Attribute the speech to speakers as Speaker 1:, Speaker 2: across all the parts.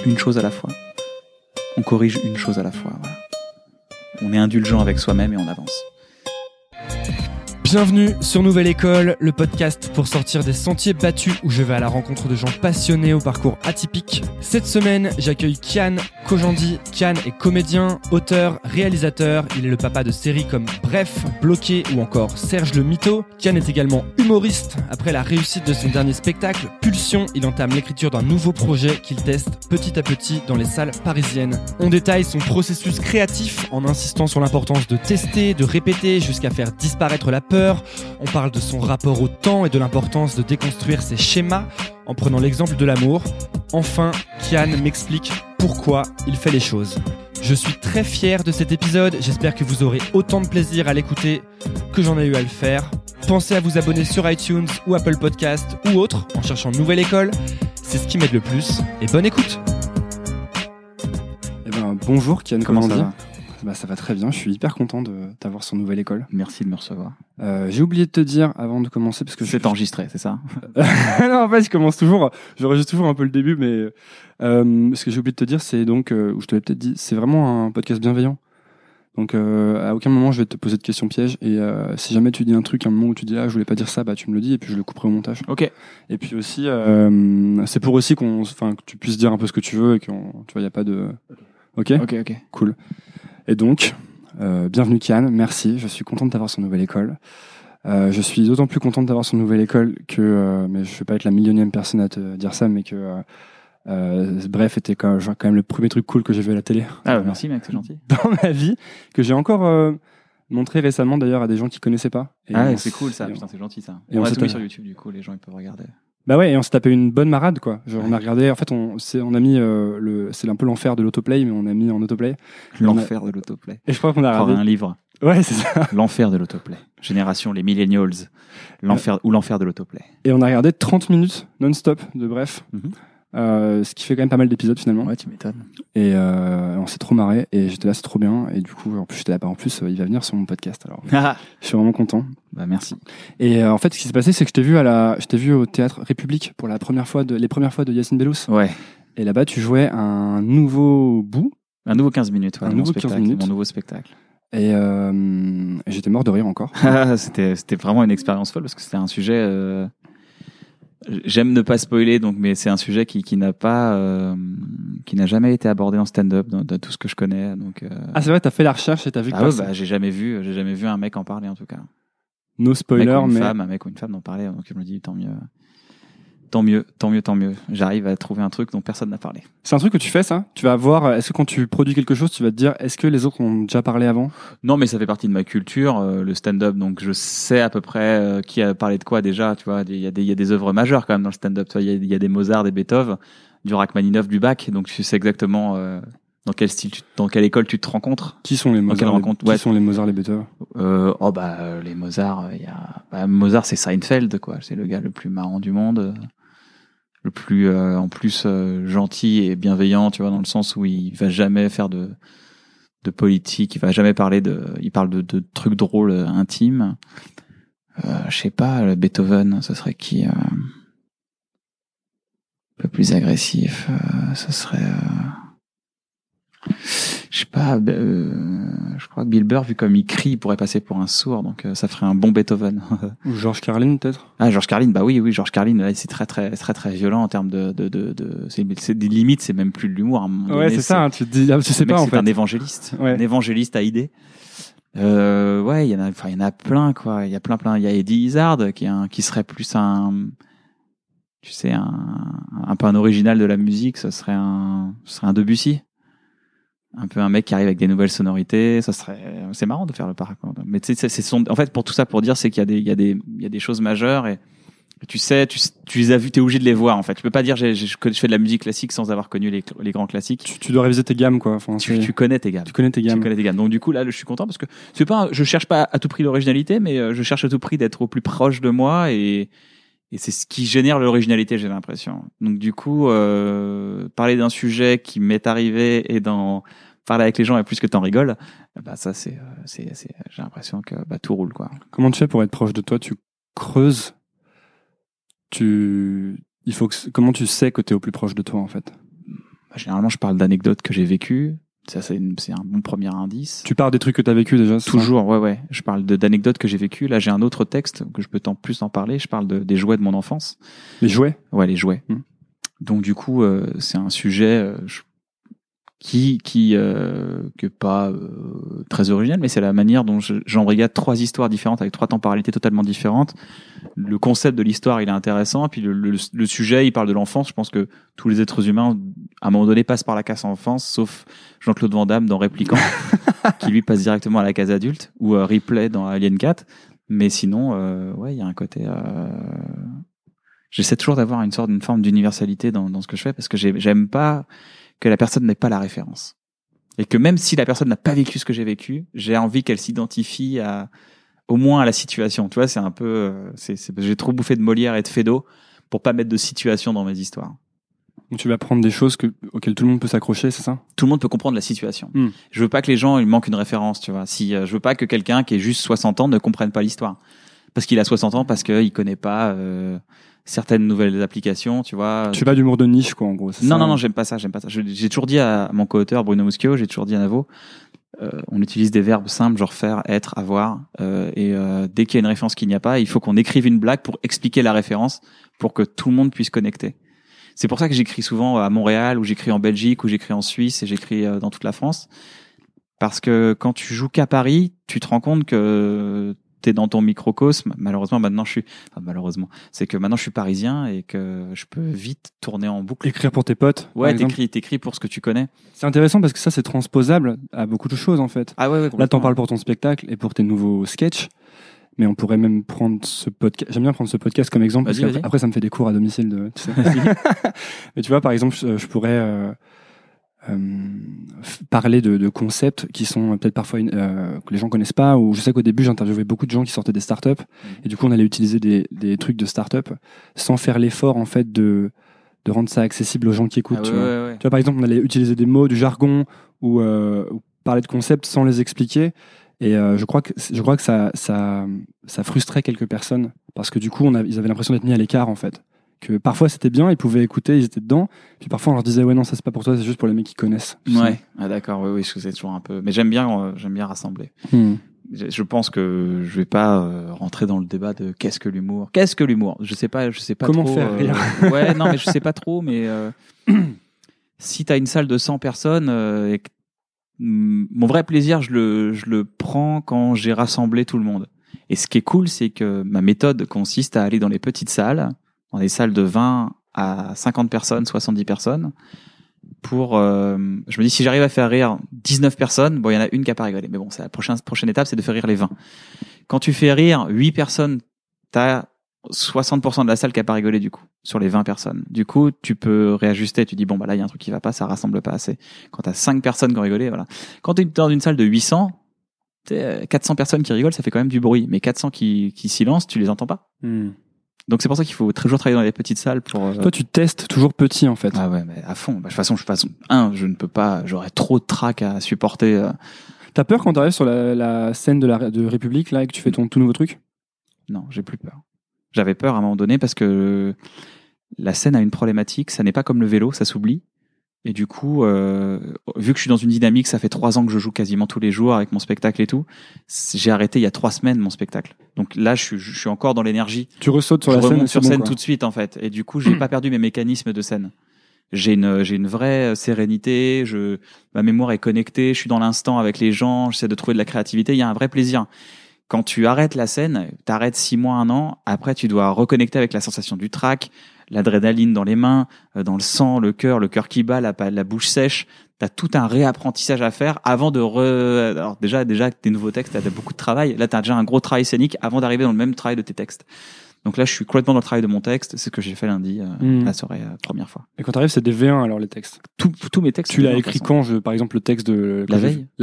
Speaker 1: une chose à la fois. On corrige une chose à la fois. Voilà. On est indulgent avec soi-même et on avance.
Speaker 2: Bienvenue sur Nouvelle École, le podcast pour sortir des sentiers battus où je vais à la rencontre de gens passionnés au parcours atypique. Cette semaine, j'accueille Kian Kojandi. Kian est comédien, auteur, réalisateur. Il est le papa de séries comme Bref, Bloqué ou encore Serge le Mytho. Kian est également humoriste. Après la réussite de son dernier spectacle, Pulsion, il entame l'écriture d'un nouveau projet qu'il teste petit à petit dans les salles parisiennes. On détaille son processus créatif en insistant sur l'importance de tester, de répéter jusqu'à faire disparaître la peur. On parle de son rapport au temps et de l'importance de déconstruire ses schémas en prenant l'exemple de l'amour. Enfin, Kian m'explique pourquoi il fait les choses. Je suis très fier de cet épisode, j'espère que vous aurez autant de plaisir à l'écouter que j'en ai eu à le faire. Pensez à vous abonner sur iTunes ou Apple Podcast ou autre en cherchant Nouvelle École, c'est ce qui m'aide le plus, et bonne écoute.
Speaker 3: Bonjour Kian, comment
Speaker 1: ça va ?
Speaker 3: Ça va très bien, je suis hyper content d'avoir son Nouvelle École.
Speaker 1: Merci de me recevoir.
Speaker 3: J'ai oublié de te dire avant de commencer, parce que
Speaker 1: c'est enregistré, c'est ça ?
Speaker 3: Non, en fait, j'enregistre toujours un peu le début, mais ce que j'ai oublié de te dire, c'est donc, ou je te l'ai peut-être dit, c'est vraiment un podcast bienveillant. Donc, à aucun moment je vais te poser de questions pièges, et si jamais tu dis un truc, un moment où tu dis je voulais pas dire ça, tu me le dis, et puis je le couperai au montage.
Speaker 1: Ok.
Speaker 3: Et puis aussi, c'est pour aussi que tu puisses dire un peu ce que tu veux, et tu vois, y a pas de. Ok, cool. Et donc, bienvenue Kian, merci, je suis content de t'avoir sur Nouvelle École. Je suis d'autant plus content de t'avoir sur Nouvelle École que, mais je vais pas être la millionième personne à te dire ça, mais que Bref était quand même le premier truc cool que j'ai vu à la télé.
Speaker 1: Ah merci mec, c'est gentil.
Speaker 3: Dans ma vie, que j'ai encore montré récemment d'ailleurs à des gens qui connaisses pas.
Speaker 1: Et c'est cool ça, putain c'est gentil ça. Et on a tout mis sur YouTube du coup, les gens ils peuvent regarder.
Speaker 3: Bah ouais, et on s'est tapé une bonne marade quoi. On a regardé, en fait on a mis c'est un peu l'enfer de l'autoplay, mais on a mis en autoplay.
Speaker 1: L'enfer de l'autoplay.
Speaker 3: Et je crois qu'on a regardé
Speaker 1: un livre.
Speaker 3: Ouais, c'est ça.
Speaker 1: L'enfer de l'autoplay. Génération les millennials. L'enfer de l'autoplay.
Speaker 3: Et on a regardé 30 minutes non-stop de Bref. Ce qui fait quand même pas mal d'épisodes finalement.
Speaker 1: Ouais, tu m'étonnes.
Speaker 3: Et on s'est trop marré et j'étais là, c'est trop bien. Et du coup, en plus j'étais là, en plus il va venir sur mon podcast. Alors, je suis vraiment content.
Speaker 1: Bah merci.
Speaker 3: Et en fait, ce qui s'est passé, c'est que je t'ai vu au Théâtre République pour les premières fois de Yacine Bellous.
Speaker 1: Ouais.
Speaker 3: Et là-bas, tu jouais un nouveau bout.
Speaker 1: Un nouveau 15 minutes. Ouais,
Speaker 3: un nouveau 15 minutes.
Speaker 1: Mon nouveau spectacle.
Speaker 3: Et j'étais mort de rire encore.
Speaker 1: C'était vraiment une expérience folle parce que c'était un sujet. J'aime ne pas spoiler, donc, mais c'est un sujet qui n'a jamais été abordé en stand-up dans tout ce que je connais. Donc,
Speaker 3: Ah c'est vrai, t'as fait la recherche et t'as vu que
Speaker 1: j'ai jamais vu un mec en parler en tout cas.
Speaker 3: No spoiler,
Speaker 1: un mec ou une femme d'en parler. Donc je me dis tant mieux. J'arrive à trouver un truc dont personne n'a parlé.
Speaker 3: C'est un truc que tu fais ça ? Tu vas voir, est-ce que quand tu produis quelque chose, tu vas te dire, est-ce que les autres ont déjà parlé avant ?
Speaker 1: Non, mais ça fait partie de ma culture, le stand-up. Donc je sais à peu près qui a parlé de quoi déjà. Tu vois, il y a des œuvres majeures quand même dans le stand-up. Tu vois, il y a des Mozart, des Beethoven, du Rachmaninov, du Bach. Donc tu sais exactement dans quel style, dans quelle école tu te rencontres.
Speaker 3: Qui sont les Mozart, qui sont les Mozart, les Beethoven ?
Speaker 1: Les Mozart, Mozart c'est Seinfeld quoi. C'est le gars le plus marrant du monde. Le plus en plus gentil et bienveillant, tu vois, dans le sens où il va jamais faire de politique, il va jamais parler il parle de trucs drôles intimes. Je sais pas, Beethoven, ce serait qui un peu plus agressif, ce serait je sais pas, je crois que Bill Burr, vu comme il crie, il pourrait passer pour un sourd, donc ça ferait un bon Beethoven.
Speaker 3: Ou George Carlin, peut-être.
Speaker 1: Ah, George Carlin, bah oui, George Carlin, c'est très violent en termes c'est des limites, c'est même plus de l'humour. À un moment donné,
Speaker 3: c'est ça, hein, tu te dis, tu sais pas en fait.
Speaker 1: C'est un évangéliste, un évangéliste à idées. Il y en a plein, quoi. Il y a plein. Il y a Eddie Izzard, qui serait plus un peu un original de la musique, ce serait un Debussy. Un peu un mec qui arrive avec des nouvelles sonorités, c'est marrant de faire le parcours. Mais tu sais, en fait, pour tout ça, pour dire, c'est qu'il y a des choses majeures et tu sais, tu les as vues, t'es obligé de les voir, en fait. Tu peux pas dire, je fais de la musique classique sans avoir connu les grands classiques.
Speaker 3: Tu dois réviser tes gammes, quoi. Enfin,
Speaker 1: tu connais tes gammes. Tu connais tes gammes. Donc, du coup, là, je suis content parce que je cherche pas à tout prix l'originalité, mais je cherche à tout prix d'être au plus proche de moi et c'est ce qui génère l'originalité, j'ai l'impression. Donc, du coup, parler d'un sujet qui m'est arrivé et parler avec les gens et plus que t'en rigoles, ça, c'est j'ai l'impression que, tout roule, quoi.
Speaker 3: Comment tu fais pour être proche de toi? Tu creuses? Comment tu sais que t'es au plus proche de toi, en fait?
Speaker 1: Généralement, je parle d'anecdotes que j'ai vécues. Ça, c'est un bon premier indice.
Speaker 3: Tu parles des trucs que tu as vécu déjà?
Speaker 1: Toujours, ouais. Je parle d'anecdotes que j'ai vécues. Là, j'ai un autre texte que je peux plus en parler. Je parle des jouets de mon enfance.
Speaker 3: Les jouets?
Speaker 1: Ouais, les jouets. Donc, du coup, c'est un sujet qui est pas très original, mais c'est la manière dont j'embrigade 3 histoires différentes avec 3 temporalités totalement différentes. Le concept de l'histoire, il est intéressant, puis le sujet, il parle de l'enfance. Je pense que tous les êtres humains, à un moment donné, passent par la case enfance, sauf Jean-Claude Van Damme dans Répliquant, qui lui passe directement à la case adulte, ou Ripley dans Alien 4. Mais sinon, il y a un côté... J'essaie toujours d'avoir une forme d'universalité dans ce que je fais, parce que j'aime pas que la personne n'ait pas la référence. Et que même si la personne n'a pas vécu ce que j'ai vécu, j'ai envie qu'elle s'identifie au moins à la situation. Tu vois, c'est un peu, j'ai trop bouffé de Molière et de Feydeau pour pas mettre de situation dans mes histoires.
Speaker 3: Donc tu vas prendre des choses auxquelles tout le monde peut s'accrocher, c'est ça?
Speaker 1: Tout le monde peut comprendre la situation. Je veux pas que les gens, il manque une référence, tu vois. Je veux pas que quelqu'un qui ait juste 60 ans ne comprenne pas l'histoire. Parce qu'il a 60 ans, parce qu'il connaît pas, certaines nouvelles applications, tu vois.
Speaker 3: Tu fais pas d'humour de niche, quoi, en gros.
Speaker 1: Non, j'aime pas ça. J'ai toujours dit à mon co-auteur, Bruno Muschio, j'ai toujours dit à Navo, on utilise des verbes simples, genre faire, être, avoir, et dès qu'il y a une référence qu'il n'y a pas, il faut qu'on écrive une blague pour expliquer la référence, pour que tout le monde puisse connecter. C'est pour ça que j'écris souvent à Montréal, ou j'écris en Belgique, ou j'écris en Suisse, et j'écris dans toute la France. Parce que quand tu joues qu'à Paris, tu te rends compte que t'es dans ton microcosme. Malheureusement, c'est que maintenant je suis parisien et que je peux vite tourner en boucle.
Speaker 3: Écrire pour tes potes.
Speaker 1: Ouais, t'écris pour ce que tu connais.
Speaker 3: C'est intéressant parce que ça, c'est transposable à beaucoup de choses, en fait.
Speaker 1: Ah ouais,
Speaker 3: là, t'en parles pour ton spectacle et pour tes nouveaux sketchs. Mais on pourrait même prendre ce podcast. J'aime bien prendre ce podcast comme exemple parce qu'après, ça me fait des cours à domicile tu sais. Mais tu vois, par exemple, je pourrais, parler de concepts qui sont peut-être parfois que les gens connaissent pas, ou je sais qu'au début j'interviewais beaucoup de gens qui sortaient des startups et du coup on allait utiliser des trucs de startup sans faire l'effort en fait de rendre ça accessible aux gens qui écoutent. Tu vois, par exemple on allait utiliser des mots, du jargon ou parler de concepts sans les expliquer, et je crois que ça frustrait quelques personnes parce que du coup ils avaient l'impression d'être mis à l'écart en fait. Que parfois c'était bien, ils pouvaient écouter, ils étaient dedans, puis parfois on leur disait ouais non, ça c'est pas pour toi, c'est juste pour les mecs qui connaissent.
Speaker 1: Ouais, d'accord, oui, je sais toujours un peu, mais j'aime bien rassembler. Je pense que je vais pas rentrer dans le débat de qu'est-ce que l'humour. Je sais pas
Speaker 3: comment
Speaker 1: trop,
Speaker 3: faire rire.
Speaker 1: Ouais, non, mais je sais pas trop, mais si t'as une salle de 100 personnes et que, mon vrai plaisir, je le prends quand j'ai rassemblé tout le monde. Et ce qui est cool, c'est que ma méthode consiste à aller dans les petites salles, dans des salles de 20 à 50 personnes, 70 personnes, je me dis, si j'arrive à faire rire 19 personnes, bon, il y en a une qui a pas rigolé. Mais bon, c'est la prochaine étape, c'est de faire rire les 20. Quand tu fais rire 8 personnes, t'as 60% de la salle qui a pas rigolé, du coup, sur les 20 personnes. Du coup, tu peux réajuster, tu dis, bon, bah là, il y a un truc qui va pas, ça rassemble pas assez. Quand t'as 5 personnes qui ont rigolé, voilà. Quand t'es dans une salle de 800, 400 personnes qui rigolent, ça fait quand même du bruit. Mais 400 qui silencent, tu les entends pas. Donc c'est pour ça qu'il faut toujours travailler dans les petites salles pour...
Speaker 3: Toi, tu testes toujours petit, en fait.
Speaker 1: Ah ouais, mais à fond. Bah, de toute façon, je ne peux pas... J'aurais trop de trac à supporter.
Speaker 3: T'as peur quand t'arrives sur la scène de République, là, et que tu fais ton tout nouveau truc?
Speaker 1: Non, j'ai plus peur. J'avais peur à un moment donné parce que la scène a une problématique. Ça n'est pas comme le vélo, ça s'oublie. Et du coup, vu que je suis dans une dynamique, ça fait 3 ans que je joue quasiment tous les jours avec mon spectacle et tout. J'ai arrêté il y a 3 semaines mon spectacle. Donc là, je suis encore dans l'énergie.
Speaker 3: Tu ressautes sur la scène.
Speaker 1: Je remonte sur scène tout de suite en fait. Et du coup, j'ai pas perdu mes mécanismes de scène. J'ai une vraie sérénité. Ma mémoire est connectée. Je suis dans l'instant avec les gens. J'essaie de trouver de la créativité. Il y a un vrai plaisir. Quand tu arrêtes la scène, t'arrêtes 6 mois, 1 an. Après, tu dois reconnecter avec la sensation du trac, l'adrénaline dans les mains, dans le sang, le cœur qui bat, la bouche sèche. T'as tout un réapprentissage à faire avant alors déjà tes nouveaux textes, t'as beaucoup de travail. Là, t'as déjà un gros travail scénique avant d'arriver dans le même travail de tes textes. Donc là, je suis complètement dans le travail de mon texte. C'est ce que j'ai fait lundi, la soirée, première fois.
Speaker 3: Et quand t'arrives, c'est des V1 alors les textes.
Speaker 1: Tous mes textes.
Speaker 3: Tu l'as écrit quand, par exemple, le texte de
Speaker 1: la veille.
Speaker 3: La veille.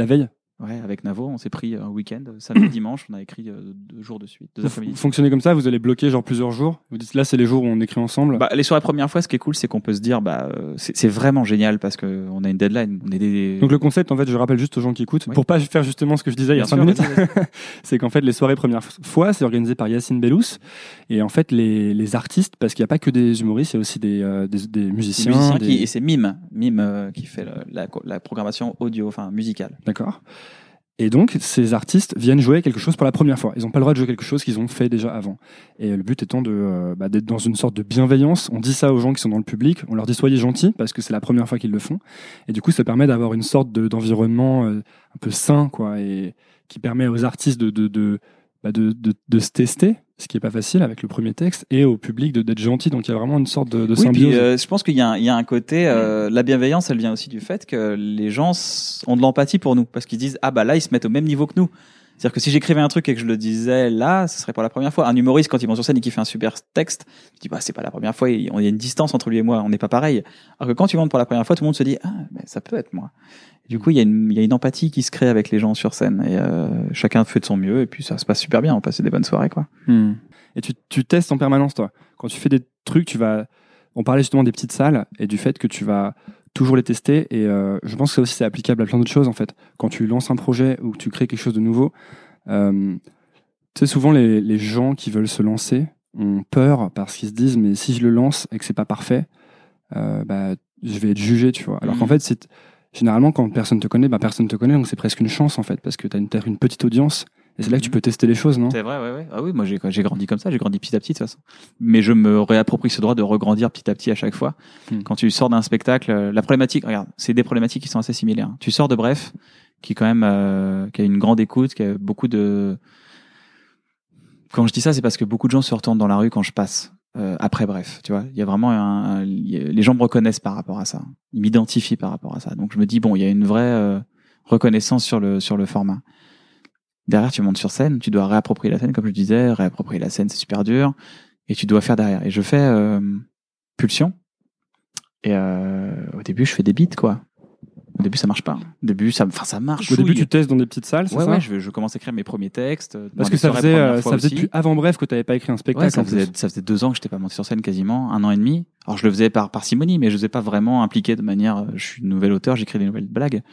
Speaker 1: Ouais, avec Navo, on s'est pris un week-end, samedi, dimanche, on a écrit 2 jours de suite, 2 après-midi.
Speaker 3: Vous fonctionnez comme ça, vous allez bloquer genre plusieurs jours. Vous dites là, c'est les jours où on écrit ensemble.
Speaker 1: Les soirées première fois, ce qui est cool, c'est qu'on peut se dire, c'est vraiment génial parce que on a une deadline.
Speaker 3: Donc le concept, en fait, je rappelle juste aux gens qui écoutent, pour pas faire justement ce que je disais il y a 5 minutes, c'est qu'en fait, les soirées première fois, c'est organisé par Yacine Bellous. Et en fait, les artistes, parce qu'il n'y a pas que des humoristes, il y a aussi des musiciens.
Speaker 1: Et c'est Mime qui fait la programmation audio, enfin musicale.
Speaker 3: D'accord. Et donc, ces artistes viennent jouer quelque chose pour la première fois. Ils n'ont pas le droit de jouer quelque chose qu'ils ont fait déjà avant. Et le but étant d'être dans une sorte de bienveillance. On dit ça aux gens qui sont dans le public. On leur dit soyez gentils parce que c'est la première fois qu'ils le font. Et du coup, ça permet d'avoir une sorte d'environnement un peu sain, quoi, et qui permet aux artistes de se tester, ce qui est pas facile avec le premier texte, et au public d'être gentil. Donc il y a vraiment une sorte de symbiose.
Speaker 1: Puis, je pense qu'il y a un côté, la bienveillance, elle vient aussi du fait que les gens ont de l'empathie pour nous, parce qu'ils disent là ils se mettent au même niveau que nous. C'est-à-dire que si j'écrivais un truc et que je le disais là, ce serait pas la première fois. Un humoriste, quand il monte sur scène et qu'il fait un super texte, je dis c'est pas la première fois, il y a une distance entre lui et moi, on n'est pas pareil. Alors que quand tu montes pour la première fois, tout le monde se dit ça peut être moi. Du coup, il y a une empathie qui se crée avec les gens sur scène et chacun fait de son mieux et puis ça se passe super bien, on passe des bonnes soirées, quoi.
Speaker 3: Et tu testes en permanence, toi. Quand tu fais des trucs, on parlait justement des petites salles et du fait que tu vas toujours les tester, et je pense que ça aussi c'est applicable à plein d'autres choses, en fait. Quand tu lances un projet ou que tu crées quelque chose de nouveau, tu sais, souvent les gens qui veulent se lancer ont peur parce qu'ils se disent mais si je le lance et que c'est pas parfait, je vais être jugé, tu vois. Alors qu'en fait, généralement, quand personne te connaît, personne te connaît, donc c'est presque une chance, en fait, parce que t'as une petite audience, et c'est là que tu peux tester les choses, non?
Speaker 1: C'est vrai, ouais. Ah oui, moi j'ai grandi comme ça, j'ai grandi petit à petit, de toute façon. Mais je me réapproprie ce droit de regrandir petit à petit à chaque fois. Quand tu sors d'un spectacle, la problématique, regarde, c'est des problématiques qui sont assez similaires. Tu sors de Bref, qui quand même, qui a une grande écoute, qui a beaucoup de... Quand je dis ça, c'est parce que beaucoup de gens se retournent dans la rue quand je passe. Après Bref, tu vois, il y a vraiment les gens me reconnaissent par rapport à ça, ils m'identifient par rapport à ça, donc je me dis il y a une vraie reconnaissance sur le format. Derrière, tu montes sur scène, tu dois réapproprier la scène, comme je disais, réapproprier la scène, c'est super dur, et tu dois faire derrière. Et je fais Pulsion, et au début je fais des beats, quoi. Au début, ça marche pas. Au début, ça marche.
Speaker 3: Au début, tu testes dans des petites salles, c'est ça?
Speaker 1: Ouais, je commence à écrire mes premiers textes.
Speaker 3: Parce que ça faisait depuis avant Bref que tu n'avais pas écrit un spectacle.
Speaker 1: Ouais, ça faisait 2 ans que je n'étais pas monté sur scène, quasiment 1 an et demi. Alors, je le faisais par parcimonie, mais je ne faisais pas vraiment impliqué de manière. Je suis nouvel auteur, j'écris des nouvelles blagues.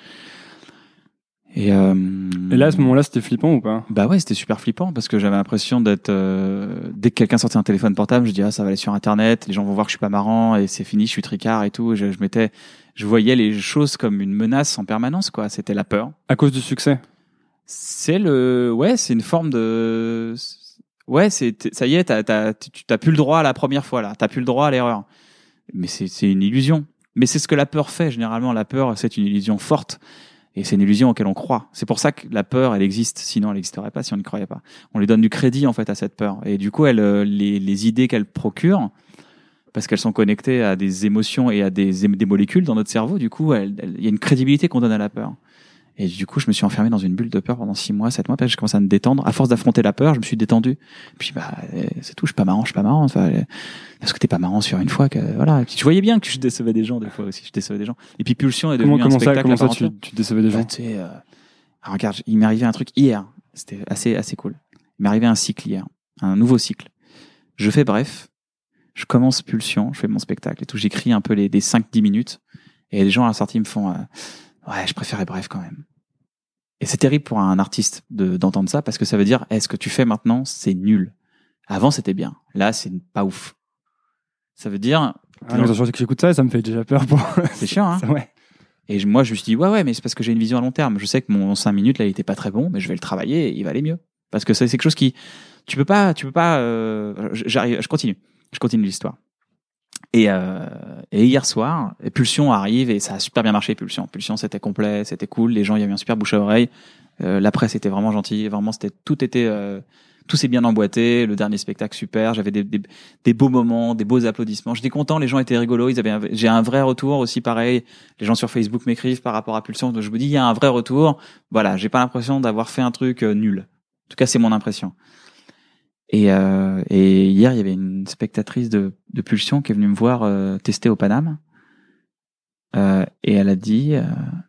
Speaker 1: Et
Speaker 3: là, à ce moment-là, c'était flippant ou pas?
Speaker 1: Ouais, c'était super flippant parce que j'avais l'impression d'être. Dès que quelqu'un sortait un téléphone portable, je dis ça va aller sur Internet, les gens vont voir que je suis pas marrant et c'est fini, je suis tricard et tout. Je voyais les choses comme une menace en permanence, quoi. C'était la peur.
Speaker 3: À cause du succès.
Speaker 1: C'est une forme de. Ouais, ça y est, t'as plus le droit à la première fois là, t'as plus le droit à l'erreur. Mais c'est une illusion. Mais c'est ce que la peur fait généralement. La peur, c'est une illusion forte. Et c'est une illusion auquel on croit. C'est pour ça que la peur, elle existe. Sinon, elle n'existerait pas si on n'y croyait pas. On lui donne du crédit, en fait, à cette peur. Et du coup, les idées qu'elle procure, parce qu'elles sont connectées à des émotions et à des molécules dans notre cerveau, du coup, il y a une crédibilité qu'on donne à la peur. Et du coup, je me suis enfermé dans une bulle de peur pendant 6 mois, 7 mois. Puis je commençais à me détendre. À force d'affronter la peur, je me suis détendu. Puis c'est tout. Je suis pas marrant. Enfin, est-ce que t'es pas marrant sur une fois que voilà. Puis je voyais bien que je décevais des gens des fois aussi. Je décevais des gens. Et puis Pulsion est devenu un spectacle.
Speaker 3: Comment ça, tu décevais des gens?
Speaker 1: Alors, regarde, il m'est arrivé un truc hier. C'était assez cool. Il m'est arrivé un cycle hier, un nouveau cycle. Je fais Bref. Je commence Pulsion. Je fais mon spectacle et tout. J'écris un peu des 5-10 minutes. Et les gens à la sortie me font. Ouais, je préférais Bref quand même. Et c'est terrible pour un artiste d'entendre ça parce que ça veut dire, ce que tu fais maintenant, c'est nul. Avant, c'était bien. Là, c'est pas ouf. Ça veut dire...
Speaker 3: mais que j'écoute ça, ça me fait déjà peur.
Speaker 1: C'est chiant, hein?
Speaker 3: Ouais.
Speaker 1: Et moi, je me suis dit, ouais, mais c'est parce que j'ai une vision à long terme. Je sais que mon 5 minutes, là, il était pas très bon, mais je vais le travailler et il va aller mieux. Parce que c'est quelque chose qui... Tu peux pas... Je continue l'histoire. Et hier soir, Pulsion arrive et ça a super bien marché. Pulsion, c'était complet, c'était cool. Les gens, il y avait un super bouche à oreille. La presse était vraiment gentille. Vraiment, tout s'est bien emboîté. Le dernier spectacle super. J'avais des beaux moments, des beaux applaudissements. J'étais content. Les gens étaient rigolos. J'ai un vrai retour aussi, pareil. Les gens sur Facebook m'écrivent par rapport à Pulsion. Donc je me dis, il y a un vrai retour. Voilà, j'ai pas l'impression d'avoir fait un truc nul. En tout cas, c'est mon impression. Et hier, il y avait une spectatrice de Pulsion qui est venue me voir tester au Paname. Et elle a dit,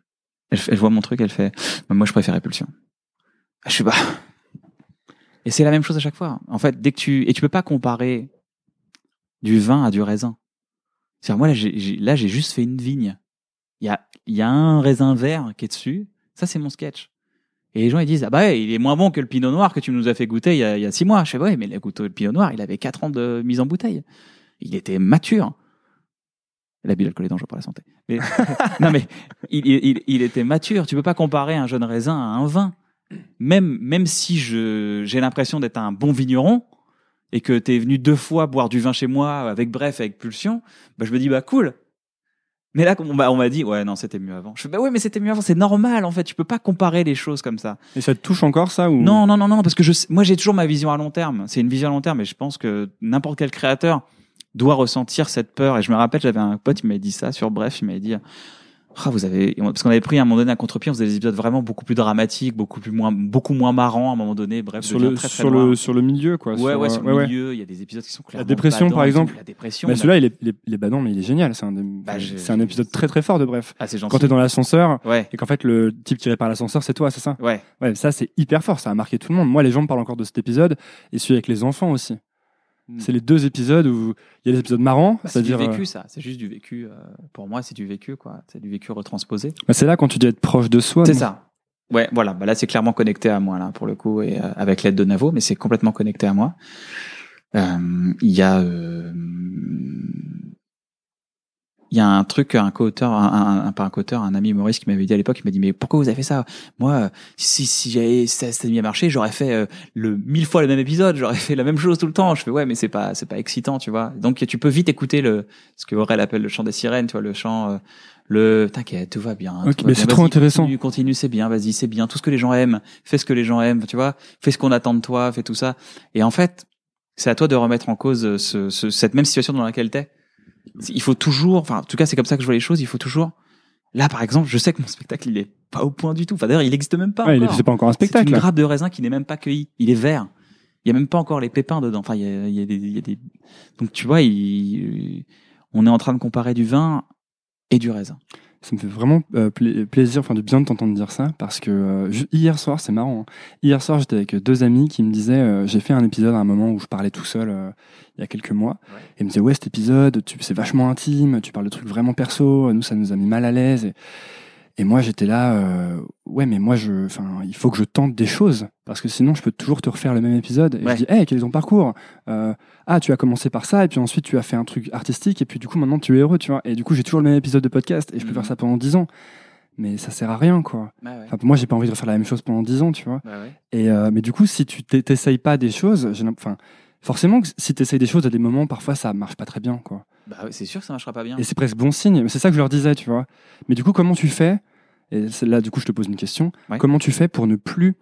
Speaker 1: Elle voit mon truc, elle fait, moi je préfère Pulsion. Je suis Et c'est la même chose à chaque fois. En fait, dès que tu peux pas comparer du vin à du raisin. C'est-à-dire, moi, là, j'ai juste fait une vigne. Il y a un raisin vert qui est dessus. Ça, c'est mon sketch. Et les gens, ils disent, il est moins bon que le pinot noir que tu nous as fait goûter il y a 6 mois. Je fais, mais le pinot noir, il avait 4 ans de mise en bouteille. Il était mature. L'abus d'alcool est dangereux pour la santé. Mais, non, mais, il était mature. Tu peux pas comparer un jeune raisin à un vin. Même si j'ai l'impression d'être un bon vigneron, et que t'es venu 2 fois boire du vin chez moi avec Pulsion, je me dis cool. Mais là on m'a dit ouais non c'était mieux avant. Je fais ouais mais c'était mieux avant, c'est normal en fait, tu peux pas comparer les choses comme ça.
Speaker 3: Et ça te touche encore ça ou
Speaker 1: Non parce que moi j'ai toujours ma vision à long terme. C'est une vision à long terme et je pense que n'importe quel créateur doit ressentir cette peur. Et je me rappelle, j'avais un pote, il m'avait dit ça sur Bref, il m'avait dit parce qu'on avait pris à un moment donné un contre-pied, on faisait des épisodes vraiment beaucoup plus dramatiques, beaucoup moins marrants à un moment donné. Bref,
Speaker 3: sur le milieu quoi.
Speaker 1: Ouais, sur le milieu, il y a des épisodes qui sont clairement
Speaker 3: la dépression
Speaker 1: badants,
Speaker 3: par exemple.
Speaker 1: La dépression.
Speaker 3: Mais celui-là il est badant mais il est génial, c'est un épisode très très fort de Bref.
Speaker 1: Ah, c'est gentil.
Speaker 3: Quand t'es dans l'ascenseur et qu'en fait le type qui répare l'ascenseur c'est toi, c'est ça?
Speaker 1: Ouais,
Speaker 3: ça c'est hyper fort, ça a marqué tout le monde. Moi les gens me parlent encore de cet épisode et celui avec les enfants aussi. C'est les 2 épisodes où il y a des épisodes marrants.
Speaker 1: C'est-à-dire du vécu, ça. C'est juste du vécu. Pour moi, c'est du vécu, quoi. C'est du vécu retransposé.
Speaker 3: C'est là quand tu dis être proche de soi.
Speaker 1: C'est ça. Ouais, voilà. Là, c'est clairement connecté à moi, là, pour le coup, et avec l'aide de Navo, mais c'est complètement connecté à moi. Il y a un truc, un co-auteur, pas un co-auteur, un ami humoriste qui m'avait dit à l'époque, il m'a dit, mais pourquoi vous avez fait ça? Moi, si ça s'était mis à marcher, j'aurais fait 1000 fois le même épisode, j'aurais fait la même chose tout le temps. Je fais, ouais, mais c'est pas excitant, tu vois. Donc, tu peux vite écouter ce que Aurel appelle le chant des sirènes, tu vois, le chant, t'inquiète, tout va bien.
Speaker 3: Okay, mais c'est trop intéressant.
Speaker 1: Continue, c'est bien, vas-y, c'est bien. Tout ce que les gens aiment, fais ce que les gens aiment, tu vois. Fais ce qu'on attend de toi, fais tout ça. Et en fait, c'est à toi de remettre en cause cette même situation dans laquelle t'es. Il faut toujours, en tout cas c'est comme ça que je vois les choses, il faut toujours, là par exemple je sais que mon spectacle il est pas au point du tout, d'ailleurs il n'existe même pas encore.
Speaker 3: C'est pas encore un spectacle.
Speaker 1: C'est une grappe de raisin qui n'est même pas cueillie, il est vert, il y a même pas encore les pépins dedans, il y a des donc tu vois on est en train de comparer du vin et du raisin.
Speaker 3: Ça me fait vraiment plaisir, de bien de t'entendre dire ça, parce que hier soir, c'est marrant. Hein. Hier soir, j'étais avec 2 amis qui me disaient, j'ai fait un épisode à un moment où je parlais tout seul il y a quelques mois, et ils me disaient ouais cet épisode, c'est vachement intime, tu parles de trucs vraiment perso, nous ça nous a mis mal à l'aise. Et moi j'étais là, ouais mais moi il faut que je tente des choses, parce que sinon je peux toujours te refaire le même épisode. Et je dis quel est ton parcours? Tu as commencé par ça et puis ensuite tu as fait un truc artistique et puis du coup maintenant tu es heureux, tu vois. Et du coup j'ai toujours le même épisode de podcast et je peux faire ça pendant 10 ans. Mais ça sert à rien quoi. Moi j'ai pas envie de refaire la même chose pendant 10 ans, tu vois. Et mais du coup si tu t'essayes pas des choses, forcément que si t'essayes des choses à des moments parfois ça marche pas très bien quoi.
Speaker 1: C'est sûr que ça marchera pas bien.
Speaker 3: Et c'est presque bon signe, mais c'est ça que je leur disais, tu vois. Mais du coup comment tu fais? Et là du coup je te pose une question. Comment tu fais pour ne plus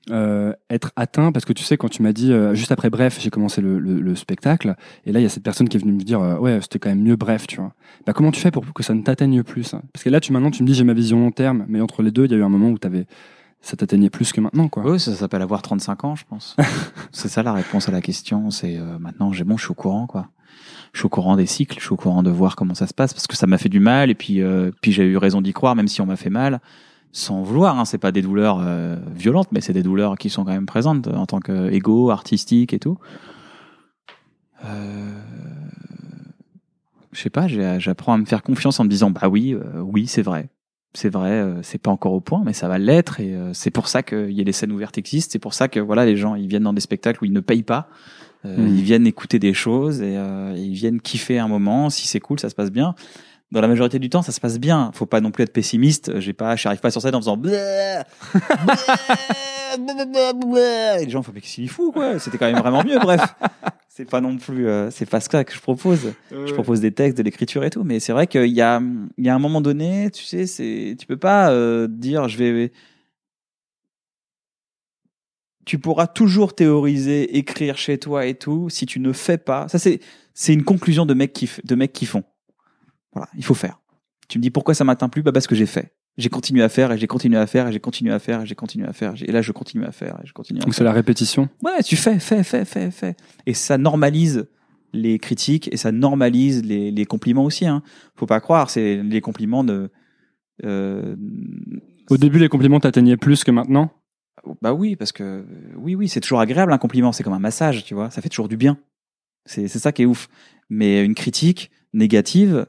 Speaker 3: être atteint, parce que tu sais quand tu m'as dit juste après Bref j'ai commencé le spectacle et là il y a cette personne qui est venue me dire ouais c'était quand même mieux Bref, tu vois. Comment tu fais pour que ça ne t'atteigne plus hein? Parce que là maintenant tu me dis j'ai ma vision long terme, mais entre les deux il y a eu un moment où ça t'atteignait plus que maintenant quoi.
Speaker 1: Oui, ça s'appelle avoir 35 ans je pense. C'est ça la réponse à la question, c'est maintenant je suis au courant quoi. Je suis au courant des cycles, je suis au courant de voir comment ça se passe, parce que ça m'a fait du mal et puis j'ai eu raison d'y croire même si on m'a fait mal. Sans vouloir, hein, c'est pas des douleurs violentes, mais c'est des douleurs qui sont quand même présentes en tant qu'ego, artistique et tout. Je sais pas, j'apprends à me faire confiance en me disant oui, c'est vrai, c'est pas encore au point, mais ça va l'être et c'est pour ça qu'il y a les scènes ouvertes existent, c'est pour ça que voilà les gens ils viennent dans des spectacles où ils ne payent pas, ils viennent écouter des choses et ils viennent kiffer un moment, si c'est cool, ça se passe bien. Dans la majorité du temps, ça se passe bien. Faut pas non plus être pessimiste. J'arrive pas sur scène en faisant et les gens font mais qu'est-ce qu'il est fou quoi. C'était quand même vraiment mieux. Bref, c'est pas non plus, c'est pas ça que je propose. Je propose des textes, de l'écriture et tout. Mais c'est vrai qu'il y a un moment donné, tu sais, tu peux pas dire tu pourras toujours théoriser, écrire chez toi et tout. Si tu ne fais pas, ça c'est une conclusion de mecs qui font. Voilà, il faut faire. Tu me dis pourquoi ça m'atteint plus? Parce que j'ai fait. J'ai continué à faire et j'ai continué à faire et j'ai continué à faire et j'ai continué à faire. Et là, je continue à faire et je continue à faire.
Speaker 3: Donc c'est la répétition.
Speaker 1: Ouais, tu fais. Et ça normalise les critiques et ça normalise les compliments aussi. Hein. Faut pas croire, c'est les compliments
Speaker 3: Au début, les compliments t'atteignaient plus que maintenant?
Speaker 1: Bah oui, parce que oui, c'est toujours agréable un compliment. C'est comme un massage, tu vois. Ça fait toujours du bien. C'est ça qui est ouf. Mais une critique négative,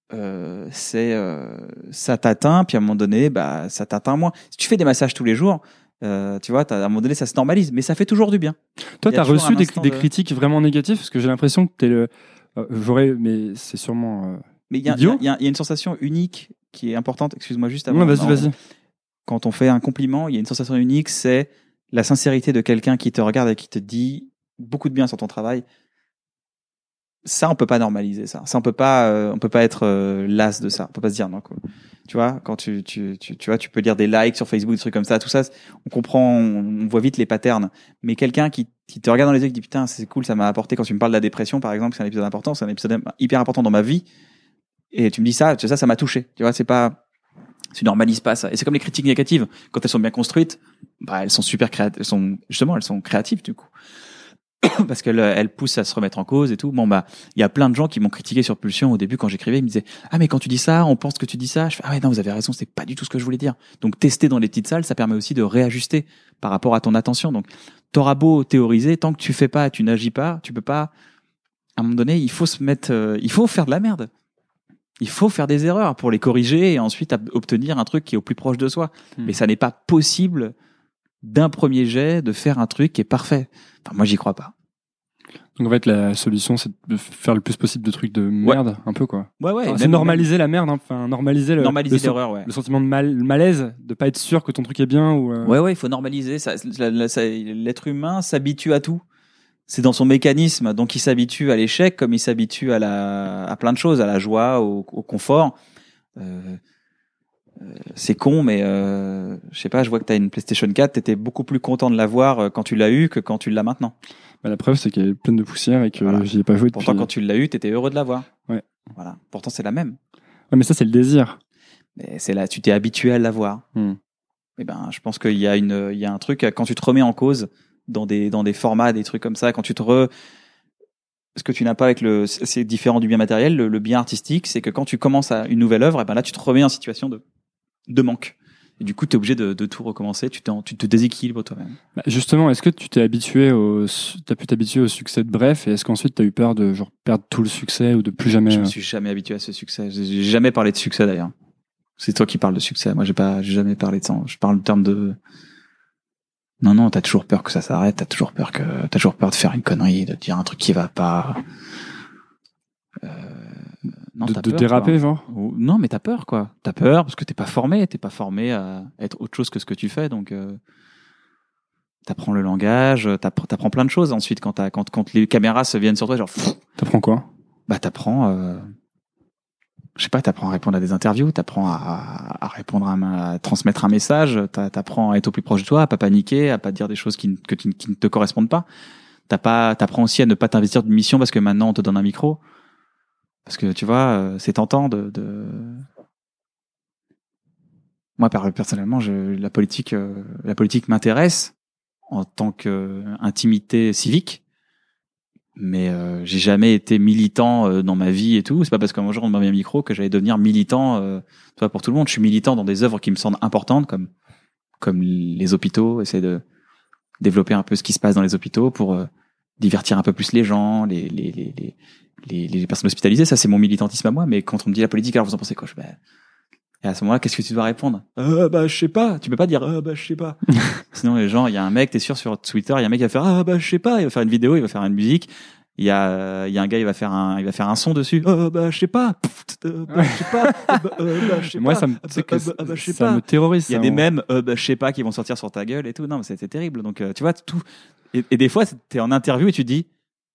Speaker 1: ça t'atteint, puis à un moment donné, bah ça t'atteint moins. Si tu fais des massages tous les jours, tu vois, à un moment donné, ça se normalise, mais ça fait toujours du bien.
Speaker 3: Toi, t'as reçu des critiques vraiment négatives, parce que j'ai l'impression que t'es le. Mais c'est sûrement.
Speaker 1: Mais il y a une sensation unique qui est importante. Excuse-moi juste avant.
Speaker 3: Non, vas-y.
Speaker 1: Quand on fait un compliment, il y a une sensation unique, c'est la sincérité de quelqu'un qui te regarde et qui te dit beaucoup de bien sur ton travail. Ça, on peut pas normaliser ça. Ça, on peut pas être las de ça. On peut pas se dire non, quoi. Tu vois, quand tu vois, tu peux lire des likes sur Facebook, des trucs comme ça, tout ça, on comprend, on voit vite les patterns. Mais quelqu'un qui te regarde dans les yeux et qui dit putain, c'est cool, ça m'a apporté quand tu me parles de la dépression, par exemple, c'est un épisode important, c'est un épisode hyper important dans ma vie. Et tu me dis ça m'a touché. Tu vois, tu normalises pas ça. Et c'est comme les critiques négatives. Quand elles sont bien construites, bah, elles sont super créatives. Elles sont créatives, du coup. Parce qu'elles poussent à se remettre en cause et tout. Bon, bah, il y a plein de gens qui m'ont critiqué sur Pulsion au début quand j'écrivais. Ils me disaient, ah, mais quand tu dis ça, on pense que tu dis ça. Je fais, ah ouais, non, vous avez raison, c'est pas du tout ce que je voulais dire. Donc, tester dans les petites salles, ça permet aussi de réajuster par rapport à ton attention. Donc, t'auras beau théoriser, tant que tu fais pas, tu n'agis pas, tu peux pas, à un moment donné, il faut faire de la merde. Il faut faire des erreurs pour les corriger et ensuite obtenir un truc qui est au plus proche de soi. Mais ça n'est pas possible d'un premier jet de faire un truc qui est parfait. Enfin, moi, j'y crois pas.
Speaker 3: Donc en fait, la solution, c'est de faire le plus possible de trucs de merde, un peu, quoi.
Speaker 1: Ouais.
Speaker 3: Enfin, c'est normaliser la merde, hein. Enfin, normaliser
Speaker 1: l'erreur, ouais.
Speaker 3: Le sentiment de malaise, de pas être sûr que ton truc est bien ou.
Speaker 1: Ouais, il faut normaliser ça. L'être humain s'habitue à tout. C'est dans son mécanisme, donc il s'habitue à l'échec comme il s'habitue à plein de choses, à la joie, au confort. C'est con, mais je sais pas, je vois que t'as une PlayStation 4, t'étais beaucoup plus content de l'avoir quand tu l'as eu que quand tu l'as maintenant.
Speaker 3: Bah, la preuve, c'est qu'elle est pleine de poussière et que j'y ai pas joué depuis.
Speaker 1: Pourtant, quand tu l'as eu, t'étais heureux de l'avoir.
Speaker 3: Ouais.
Speaker 1: Voilà. Pourtant, c'est la même.
Speaker 3: Ouais, mais ça, c'est le désir.
Speaker 1: Mais c'est là, tu t'es habitué à l'avoir. Et ben, je pense qu'il y a un truc, quand tu te remets en cause dans des formats, des trucs comme ça, quand tu ce que tu n'as pas avec c'est différent du bien matériel, le bien artistique, c'est que quand tu commences à une nouvelle œuvre, et ben là, tu te remets en situation de manque. Et du coup, tu es obligé de tout recommencer, tu te déséquilibres toi-même.
Speaker 3: Bah justement, est-ce que tu t'as pu t'habituer au succès de Bref, et est-ce qu'ensuite tu as eu peur de perdre tout le succès ou de plus jamais?
Speaker 1: Je me suis jamais habitué à ce succès. J'ai jamais parlé de succès d'ailleurs. C'est toi qui parles de succès. Moi, j'ai jamais parlé de ça. Je parle en termes de. Non, t'as toujours peur que ça s'arrête. T'as toujours peur de faire une connerie, de dire un truc qui va pas. Non,
Speaker 3: de déraper, genre?
Speaker 1: Non, mais t'as peur, quoi. T'as peur parce que t'es pas formé à être autre chose que ce que tu fais, donc t'apprends le langage, t'apprends plein de choses. Ensuite, quand les caméras se viennent sur toi, genre.
Speaker 3: T'apprends quoi?
Speaker 1: Bah, t'apprends. Je sais pas, t'apprends à répondre à des interviews, t'apprends à répondre à transmettre un message, t'apprends à être au plus proche de toi, à pas paniquer, à pas dire des choses qui ne te correspondent pas. T'apprends aussi à ne pas t'investir d'une mission parce que maintenant on te donne un micro. Parce que tu vois, c'est tentant Moi, personnellement, la politique m'intéresse en tant qu'intimité civique, mais j'ai jamais été militant dans ma vie et tout. C'est pas parce qu'un jour on m'a mis un micro que j'allais devenir militant. Tu vois, pour tout le monde, je suis militant dans des œuvres qui me semblent importantes, comme les hôpitaux, essayer de développer un peu ce qui se passe dans les hôpitaux pour divertir un peu plus les gens, les personnes hospitalisées. Ça, c'est mon militantisme à moi. Mais quand on me dit la politique, alors vous en pensez quoi? Et à ce moment-là, qu'est-ce que tu dois répondre? Bah, je sais pas. Tu peux pas dire, bah, je sais pas. Sinon, les gens, il y a un mec, t'es sûr, sur Twitter, il y a un mec qui va faire, bah, je sais pas. Il va faire une vidéo, il va faire une musique. Il y a un gars, il va faire un son dessus. Bah, je sais pas. Bah, je sais pas. Bah, je sais
Speaker 3: moi,
Speaker 1: pas.
Speaker 3: ça me terrorise.
Speaker 1: Il y a des mèmes, bah, je sais pas, qui vont sortir sur ta gueule et tout. Non, mais c'était terrible. Donc, tu vois, tout. Et des fois, t'es en interview et tu te dis,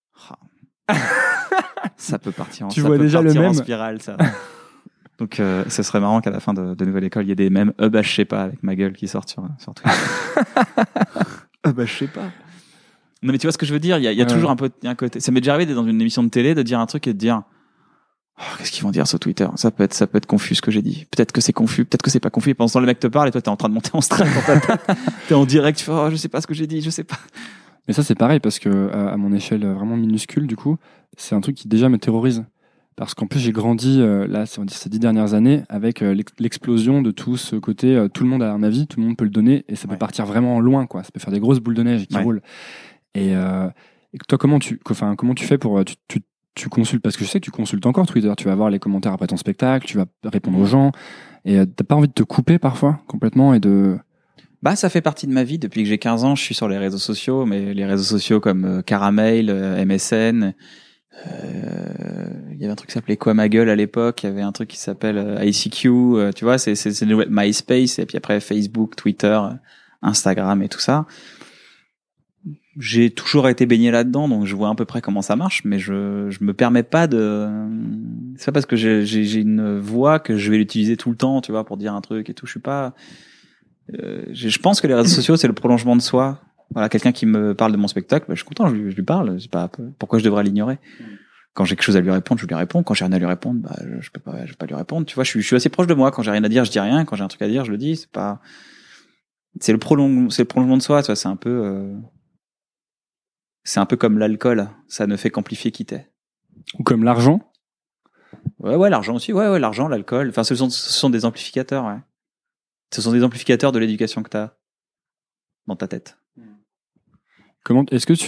Speaker 1: ça peut partir en spirale, ça. Donc, ce serait marrant qu'à la fin de Nouvelle École, il y ait des mèmes, bah, je sais pas, avec ma gueule qui sortent sur Twitter. Bah, je sais pas. Non, mais tu vois ce que je veux dire? Il y a toujours un côté. Ça m'est déjà arrivé dans une émission de télé de dire un truc et de dire, qu'est-ce qu'ils vont dire sur Twitter? Ça peut être confus ce que j'ai dit. Peut-être que c'est confus, peut-être que c'est pas confus. Et pendant ce temps, le mec te parle et toi, t'es en train de monter en stress dans ta tête. T'es en direct, tu fais, je sais pas ce que j'ai dit, je sais pas.
Speaker 3: Mais ça, c'est pareil parce que, à mon échelle vraiment minuscule, du coup, c'est un truc qui déjà me terrorise. parce qu'en plus j'ai grandi là ces 10 dernières années avec l'explosion de tout ce côté tout le monde a un avis, tout le monde peut le donner et ça peut partir vraiment loin quoi, ça peut faire des grosses boules de neige qui roulent. Et toi comment tu fais pour tu consultes, parce que je sais que tu consultes encore Twitter, tu vas voir les commentaires après ton spectacle, tu vas répondre aux gens et t'as pas envie de te couper parfois complètement et de...
Speaker 1: Bah, ça fait partie de ma vie. Depuis que j'ai 15 ans, je suis sur les réseaux sociaux, mais les réseaux sociaux comme Caramel, MSN. Il y avait un truc qui s'appelait Quoi ma gueule à l'époque. Il y avait un truc qui s'appelle ICQ. Tu vois, c'est MySpace et puis après Facebook, Twitter, Instagram et tout ça. J'ai toujours été baigné là-dedans, donc je vois à peu près comment ça marche, mais je me permets pas de... C'est pas parce que j'ai une voix que je vais l'utiliser tout le temps, tu vois, pour dire un truc et tout. Je suis pas... je pense que les réseaux sociaux, c'est le prolongement de soi. Voilà, quelqu'un qui me parle de mon spectacle, bah, je suis content, je lui parle. C'est pas pourquoi je devrais l'ignorer. Quand j'ai quelque chose à lui répondre, je lui réponds. Quand j'ai rien à lui répondre, bah je peux pas lui répondre. Tu vois, je suis assez proche de moi. Quand j'ai rien à dire, je dis rien. Quand j'ai un truc à dire, je le dis. C'est le prolongement de soi. Tu vois, c'est un peu comme l'alcool. Ça ne fait qu'amplifier qui t'es.
Speaker 3: Ou comme l'argent.
Speaker 1: Ouais, l'argent aussi. Ouais, l'argent, l'alcool. Enfin, ce sont des amplificateurs. Ouais. Ce sont des amplificateurs de l'éducation que t'as dans ta tête.
Speaker 3: Comment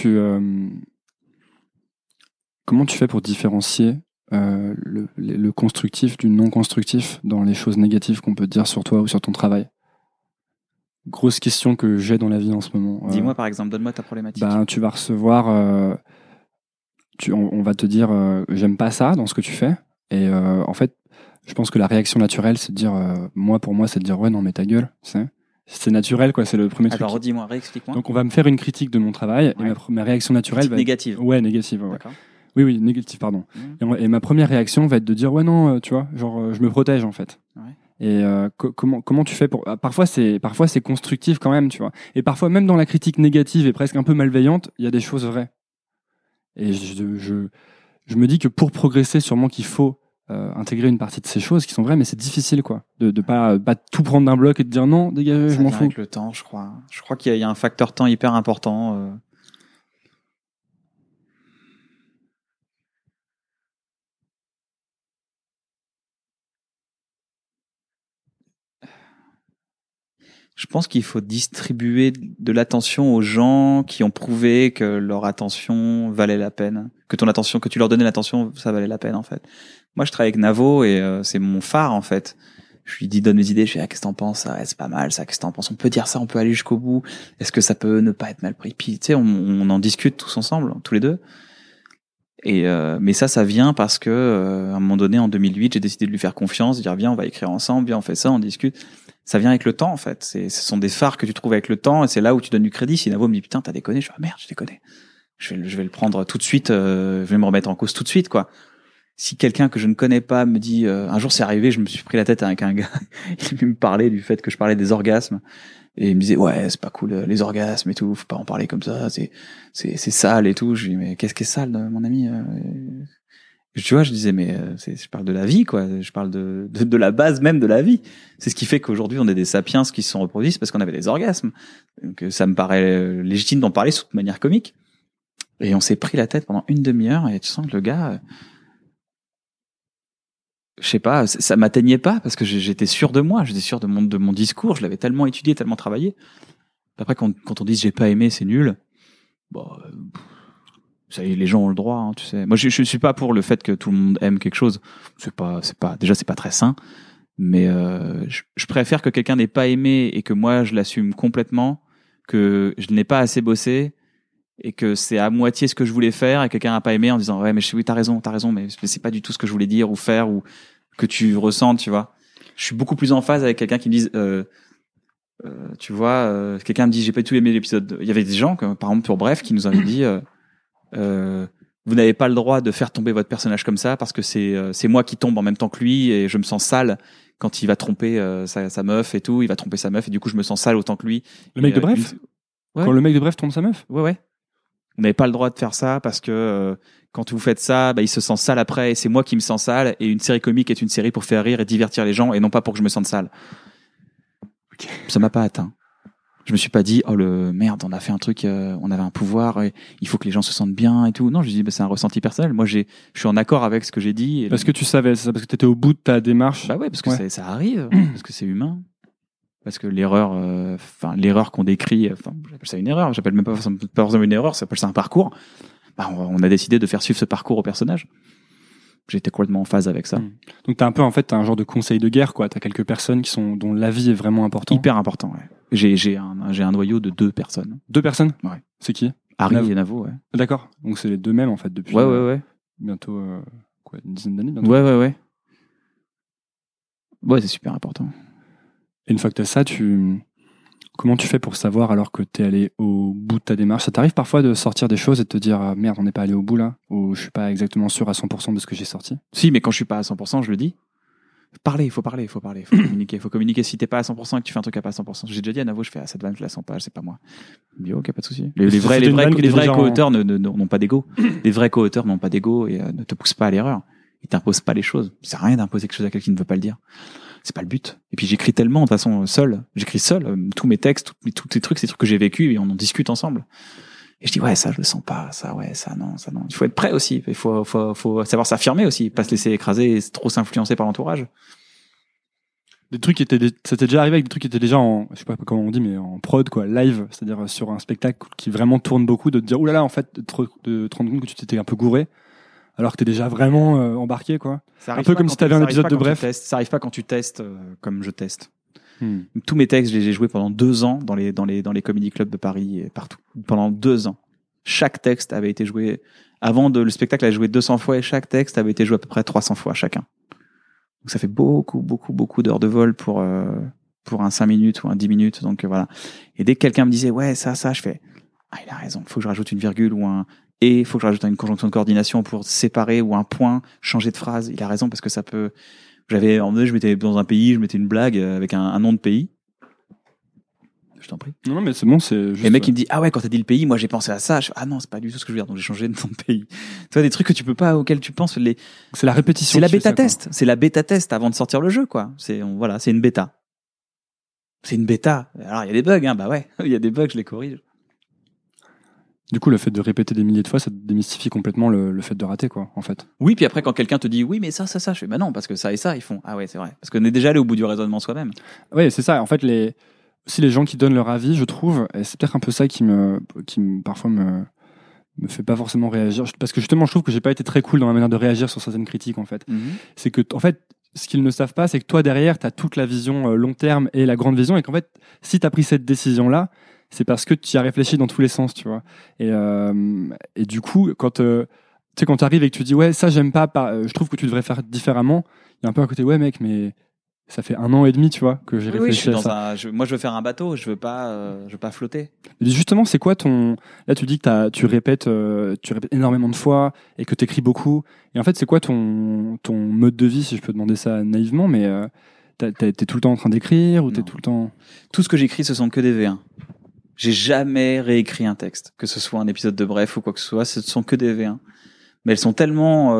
Speaker 3: tu fais pour différencier le constructif du non constructif dans les choses négatives qu'on peut dire sur toi ou sur ton travail? Grosse question que j'ai dans la vie en ce moment.
Speaker 1: Dis-moi par exemple, donne-moi ta problématique.
Speaker 3: Tu vas recevoir, on va te dire j'aime pas ça dans ce que tu fais, et en fait je pense que la réaction naturelle c'est de dire pour moi c'est de dire ouais non mais ta gueule, c'est naturel quoi, c'est le premier truc.
Speaker 1: Alors redis-moi, réexplique-moi.
Speaker 3: Donc on va me faire une critique de mon travail et ma réaction naturelle va être...
Speaker 1: négative.
Speaker 3: Ouais, négative. Ouais. D'accord. Oui, négative, pardon. Et ma première réaction va être de dire ouais non, tu vois, genre je me protège en fait. Ouais. Et comment tu fais pour... Parfois c'est constructif quand même, tu vois. Et parfois même dans la critique négative et presque un peu malveillante, il y a des choses vraies. Et je me dis que pour progresser, sûrement qu'il faut intégrer une partie de ces choses qui sont vraies, mais c'est difficile quoi, de pas tout prendre d'un bloc et de dire non, dégagez, je m'en fous.
Speaker 1: Avec le temps, je crois. Je crois qu'il y a un facteur temps hyper important. Je pense qu'il faut distribuer de l'attention aux gens qui ont prouvé que leur attention valait la peine, que tu leur donnais l'attention, ça valait la peine en fait. Moi, je travaille avec Navo et c'est mon phare en fait. Je lui dis donne mes idées, je fais qu'est-ce que t'en penses, ça, c'est pas mal, ça, qu'est-ce que t'en penses, on peut dire ça, on peut aller jusqu'au bout. Est-ce que ça peut ne pas être mal pris? Puis tu sais, on en discute tous ensemble, tous les deux. Et mais ça vient parce que à un moment donné en 2008, j'ai décidé de lui faire confiance, de dire viens, on va écrire ensemble, viens, on fait ça, on discute. Ça vient avec le temps en fait. Ce sont des phares que tu trouves avec le temps et c'est là où tu donnes du crédit. Si Navo me dit putain t'as déconné, je dis merde j'ai déconné. Je vais le prendre tout de suite. Je vais me remettre en cause tout de suite quoi. Si quelqu'un que je ne connais pas me dit un jour c'est arrivé, je me suis pris la tête avec un gars. Il me parlait du fait que je parlais des orgasmes et il me disait ouais c'est pas cool les orgasmes et tout, faut pas en parler comme ça, c'est sale et tout. Je lui dis mais qu'est-ce qui est sale mon ami? Tu vois, je disais mais je parle de la vie quoi, je parle de la base même de la vie. C'est ce qui fait qu'aujourd'hui on est des sapiens qui se sont reproduits, c'est parce qu'on avait des orgasmes. Donc ça me paraît légitime d'en parler de manière comique. Et on s'est pris la tête pendant une demi-heure et tu sens que le gars je sais pas, ça m'atteignait pas parce que j'étais sûr de moi, j'étais sûr de mon discours, je l'avais tellement étudié, tellement travaillé. Après quand on dit j'ai pas aimé, c'est nul. Bon ça y est, les gens ont le droit, hein, tu sais. Moi, je suis pas pour le fait que tout le monde aime quelque chose. C'est pas très sain. Mais je préfère que quelqu'un n'ait pas aimé et que moi je l'assume complètement, que je n'ai pas assez bossé et que c'est à moitié ce que je voulais faire et quelqu'un n'a pas aimé en disant ouais mais oui t'as raison, mais c'est pas du tout ce que je voulais dire ou faire ou que tu ressentes, tu vois. Je suis beaucoup plus en phase avec quelqu'un qui me dise tu vois, quelqu'un me dit j'ai pas du tout aimé l'épisode. Il y avait des gens, par exemple sur Bref, qui nous avaient dit vous n'avez pas le droit de faire tomber votre personnage comme ça parce que c'est moi qui tombe en même temps que lui et je me sens sale quand il va tromper sa meuf et tout, il va tromper sa meuf et du coup je me sens sale autant que lui.
Speaker 3: Le mec de Bref ouais. Quand le mec de Bref trompe sa meuf?
Speaker 1: Ouais. Vous n'avez pas le droit de faire ça parce que quand vous faites ça, il se sent sale après et c'est moi qui me sens sale et une série comique est une série pour faire rire et divertir les gens et non pas pour que je me sente sale. Okay. Ça m'a pas atteint. Je me suis pas dit, oh le merde, on a fait un truc, on avait un pouvoir, et il faut que les gens se sentent bien et tout. Non, je dis, c'est un ressenti personnel. Moi, je suis en accord avec ce que j'ai dit.
Speaker 3: Parce que tu savais, c'est ça, parce que t'étais au bout de ta démarche.
Speaker 1: Bah ouais, parce que ça arrive, parce que c'est humain. Parce que l'erreur qu'on décrit, j'appelle ça une erreur, j'appelle même pas forcément une erreur, j'appelle ça un parcours. Bah, on a décidé de faire suivre ce parcours au personnage. J'étais complètement en phase avec ça.
Speaker 3: Donc t'as un genre de conseil de guerre, quoi. T'as quelques personnes dont l'avis est vraiment important.
Speaker 1: Hyper important, ouais. J'ai un noyau de 2 personnes.
Speaker 3: 2 personnes?
Speaker 1: Ouais.
Speaker 3: C'est qui?
Speaker 1: Harry et Navo, ouais.
Speaker 3: D'accord. Donc c'est les 2 mêmes, en fait, depuis.
Speaker 1: Ouais.
Speaker 3: Bientôt, une dizaine d'années, bientôt.
Speaker 1: Ouais. Ouais, c'est super important.
Speaker 3: Et une fois que t'as ça, comment tu fais pour savoir alors que t'es allé au bout de ta démarche? Ça t'arrive parfois de sortir des choses et de te dire merde, on n'est pas allé au bout là, ou je suis pas exactement sûr à 100% de ce que j'ai sorti?
Speaker 1: Si, mais quand je suis pas à 100%, je le dis. Il faut communiquer. Si t'es pas à 100% et que tu fais un truc à pas à 100%. J'ai déjà dit à Navo, je fais cette vanne, je la sens pas, c'est pas moi. Il me dit ok, pas de souci. Les vrais co-auteurs n'ont pas d'ego. Les vrais co-auteurs n'ont pas d'ego et ne te poussent pas à l'erreur. Ils t'imposent pas les choses. Ça sert à rien d'imposer quelque chose à quelqu'un qui ne veut pas le dire. C'est pas le but. Et puis j'écris tellement de façon seule. J'écris seul tous mes textes, tous ces trucs que j'ai vécu et on en discute ensemble. Et je dis ouais, ça je le sens pas, ça non. Il faut être prêt aussi. Il faut savoir s'affirmer aussi, pas se laisser écraser et trop s'influencer par l'entourage.
Speaker 3: Ça t'est déjà arrivé avec des trucs qui étaient déjà je sais pas comment on dit, mais en prod, quoi, live, c'est-à-dire sur un spectacle qui vraiment tourne beaucoup, de te dire oulala, en fait, de te rendre compte que tu t'étais un peu gouré, alors que t'es déjà vraiment embarqué, quoi. Un peu comme si t'avais un épisode de Bref.
Speaker 1: Ça arrive pas quand tu testes comme je teste. Tous mes textes, j'ai joué pendant 2 ans dans les comedy clubs de Paris et partout. Pendant 2 ans. Chaque texte avait été joué, le spectacle avait joué 200 fois et chaque texte avait été joué à peu près 300 fois chacun. Donc ça fait beaucoup d'heures de vol pour un 5 minutes ou un 10 minutes. Donc voilà. Et dès que quelqu'un me disait, ouais, ça, je fais, il a raison. Faut que je rajoute une virgule ou il faut que je rajoute une conjonction de coordination pour séparer ou un point, changer de phrase. Il a raison parce que ça peut. Je mettais dans un pays, je mettais une blague avec un nom de pays. Je t'en prie.
Speaker 3: Non, mais c'est bon, c'est juste.
Speaker 1: Et le mec, il me dit, ah ouais, quand t'as dit le pays, moi j'ai pensé à ça. Je fais, ah non, c'est pas du tout ce que je veux dire. Donc j'ai changé de nom de pays. Tu vois, des trucs que tu peux pas, auxquels tu penses.
Speaker 3: C'est la répétition.
Speaker 1: C'est la bêta test. C'est la bêta test avant de sortir le jeu, quoi. C'est une bêta. C'est une bêta. Alors il y a des bugs, hein. Bah ouais, il y a des bugs, je les corrige.
Speaker 3: Du coup, le fait de répéter des milliers de fois, ça démystifie complètement le fait de rater, quoi, en fait.
Speaker 1: Oui, puis après, quand quelqu'un te dit, oui, mais ça, je fais, bah non, parce que ça et ça, ils font, ah ouais, c'est vrai. Parce qu'on est déjà allé au bout du raisonnement soi-même.
Speaker 3: Oui, c'est ça. En fait, aussi les gens qui donnent leur avis, je trouve, et c'est peut-être un peu ça qui parfois me fait pas forcément réagir. Parce que justement, je trouve que j'ai pas été très cool dans ma manière de réagir sur certaines critiques, en fait. C'est que, en fait, ce qu'ils ne savent pas, c'est que toi, derrière, t'as toute la vision long terme et la grande vision, et qu'en fait, si t'as pris cette décision-là, c'est parce que tu y as réfléchi dans tous les sens, tu vois. Et du coup, quand tu arrives et que tu dis ouais, ça j'aime pas, je trouve que tu devrais faire différemment, il y a un peu un côté ouais mec, mais ça fait 1 an et demi, tu vois, que j'ai réfléchi à ça.
Speaker 1: Moi, je veux faire un bateau, je veux pas flotter.
Speaker 3: Mais justement, c'est quoi là tu dis que tu répètes énormément de fois et que t'écris beaucoup. Et en fait, c'est quoi ton mode de vie, si je peux demander ça naïvement, mais t'es tout le temps en train d'écrire ou t'es tout le temps.
Speaker 1: Tout ce que j'écris, ce sont que des V1. J'ai jamais réécrit un texte, que ce soit un épisode de Bref ou quoi que ce soit, ce sont que des V1. Mais elles sont tellement...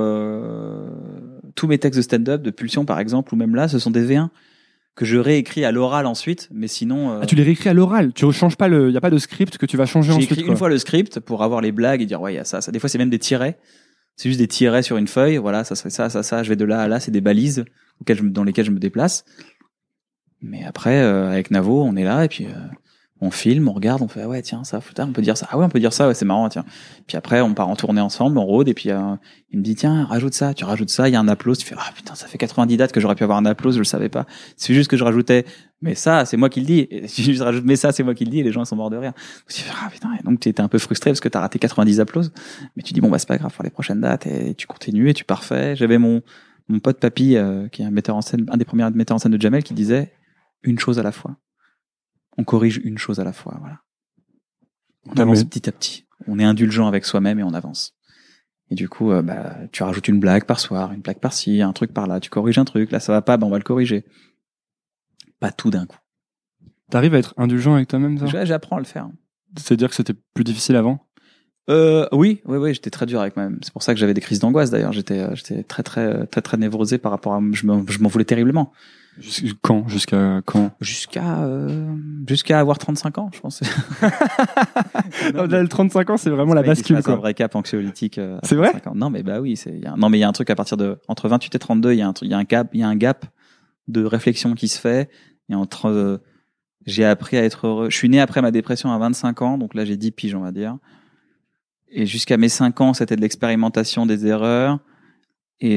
Speaker 1: tous mes textes de stand-up, de Pulsion par exemple, ou même là, ce sont des V1 que je réécris à l'oral ensuite, mais sinon...
Speaker 3: Ah, tu les réécris à l'oral? Tu rechanges pas il y a pas de script que tu vas changer ensuite?
Speaker 1: J'ai écrit une fois le script pour avoir les blagues et dire ouais, il y a ça. Des fois, c'est même des tirets. C'est juste des tirets sur une feuille. Voilà, ça serait ça. Je vais de là à là. C'est des balises dans lesquelles je me déplace. Mais après, avec Navo, on est là et puis... on filme, on regarde, on fait ah ouais tiens ça, on peut dire ça, ah ouais on peut dire ça, ouais c'est marrant tiens. Puis après on part en tournée ensemble, on rôde et puis il me dit tiens rajoute ça, tu rajoutes ça, il y a un applause, tu fais ah putain ça fait 90 dates que j'aurais pu avoir un applause, je le savais pas, c'est juste que je rajoutais mais ça c'est moi qui le dis, et si je rajoute mais ça c'est moi qui le dis et les gens ils sont morts de rire. Tu fais ah putain, et donc tu étais un peu frustré parce que t'as raté 90 applauses, mais tu dis bon bah c'est pas grave pour les prochaines dates et tu continues et tu parfais. J'avais mon pote Papy qui est un metteur en scène, un des premiers metteurs en scène de Jamel qui disait une chose à la fois. On corrige une chose à la fois, voilà. On avance petit à petit. On est indulgent avec soi-même et on avance. Et du coup, tu rajoutes une blague par soir, une blague par-ci, un truc par-là. Tu corriges un truc, là ça va pas, on va le corriger. Pas tout d'un coup.
Speaker 3: T'arrives à être indulgent avec toi-même, ça?
Speaker 1: J'apprends à le faire.
Speaker 3: C'est-à-dire que c'était plus difficile avant?
Speaker 1: Oui, j'étais très dur avec moi-même. C'est pour ça que j'avais des crises d'angoisse d'ailleurs. J'étais très névrosé par rapport à, je m'en voulais terriblement.
Speaker 3: Jusqu'à quand?
Speaker 1: Jusqu'à avoir 35 ans, je pense.
Speaker 3: Non, le 35 ans, c'est vraiment la bascule, quoi.
Speaker 1: Un vrai cap anxiolytique.
Speaker 3: C'est vrai?
Speaker 1: Non, mais bah oui, il y a un truc à partir de, entre 28 et 32, il y a un gap de réflexion qui se fait. Et j'ai appris à être heureux. Je suis né après ma dépression à 25 ans, donc là j'ai 10 piges, on va dire. Et jusqu'à mes 5 ans, c'était de l'expérimentation, des erreurs. Et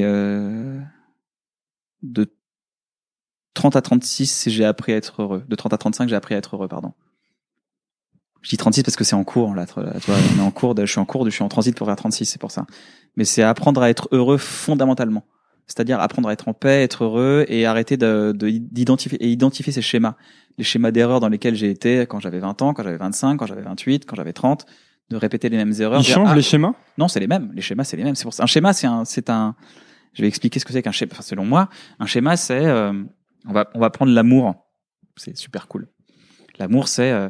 Speaker 1: de 30 à 36, j'ai appris à être heureux. De 30 à 35, j'ai appris à être heureux, pardon. Je dis 36 parce que c'est en cours, là. Tu vois, on est en cours, je suis en transit pour vers 36, c'est pour ça. Mais c'est apprendre à être heureux fondamentalement. C'est-à-dire apprendre à être en paix, être heureux et arrêter d'identifier ces schémas. Les schémas d'erreur dans lesquels j'ai été quand j'avais 20 ans, quand j'avais 25, quand j'avais 28, quand j'avais 30, de répéter les mêmes erreurs.
Speaker 3: Ils changent les schémas?
Speaker 1: Non, c'est les mêmes. Les schémas, c'est les mêmes. C'est pour ça. Un schéma, je vais expliquer ce que c'est qu'un schéma. Enfin, selon moi, un schéma, c'est, on va prendre l'amour. C'est super cool. L'amour, c'est,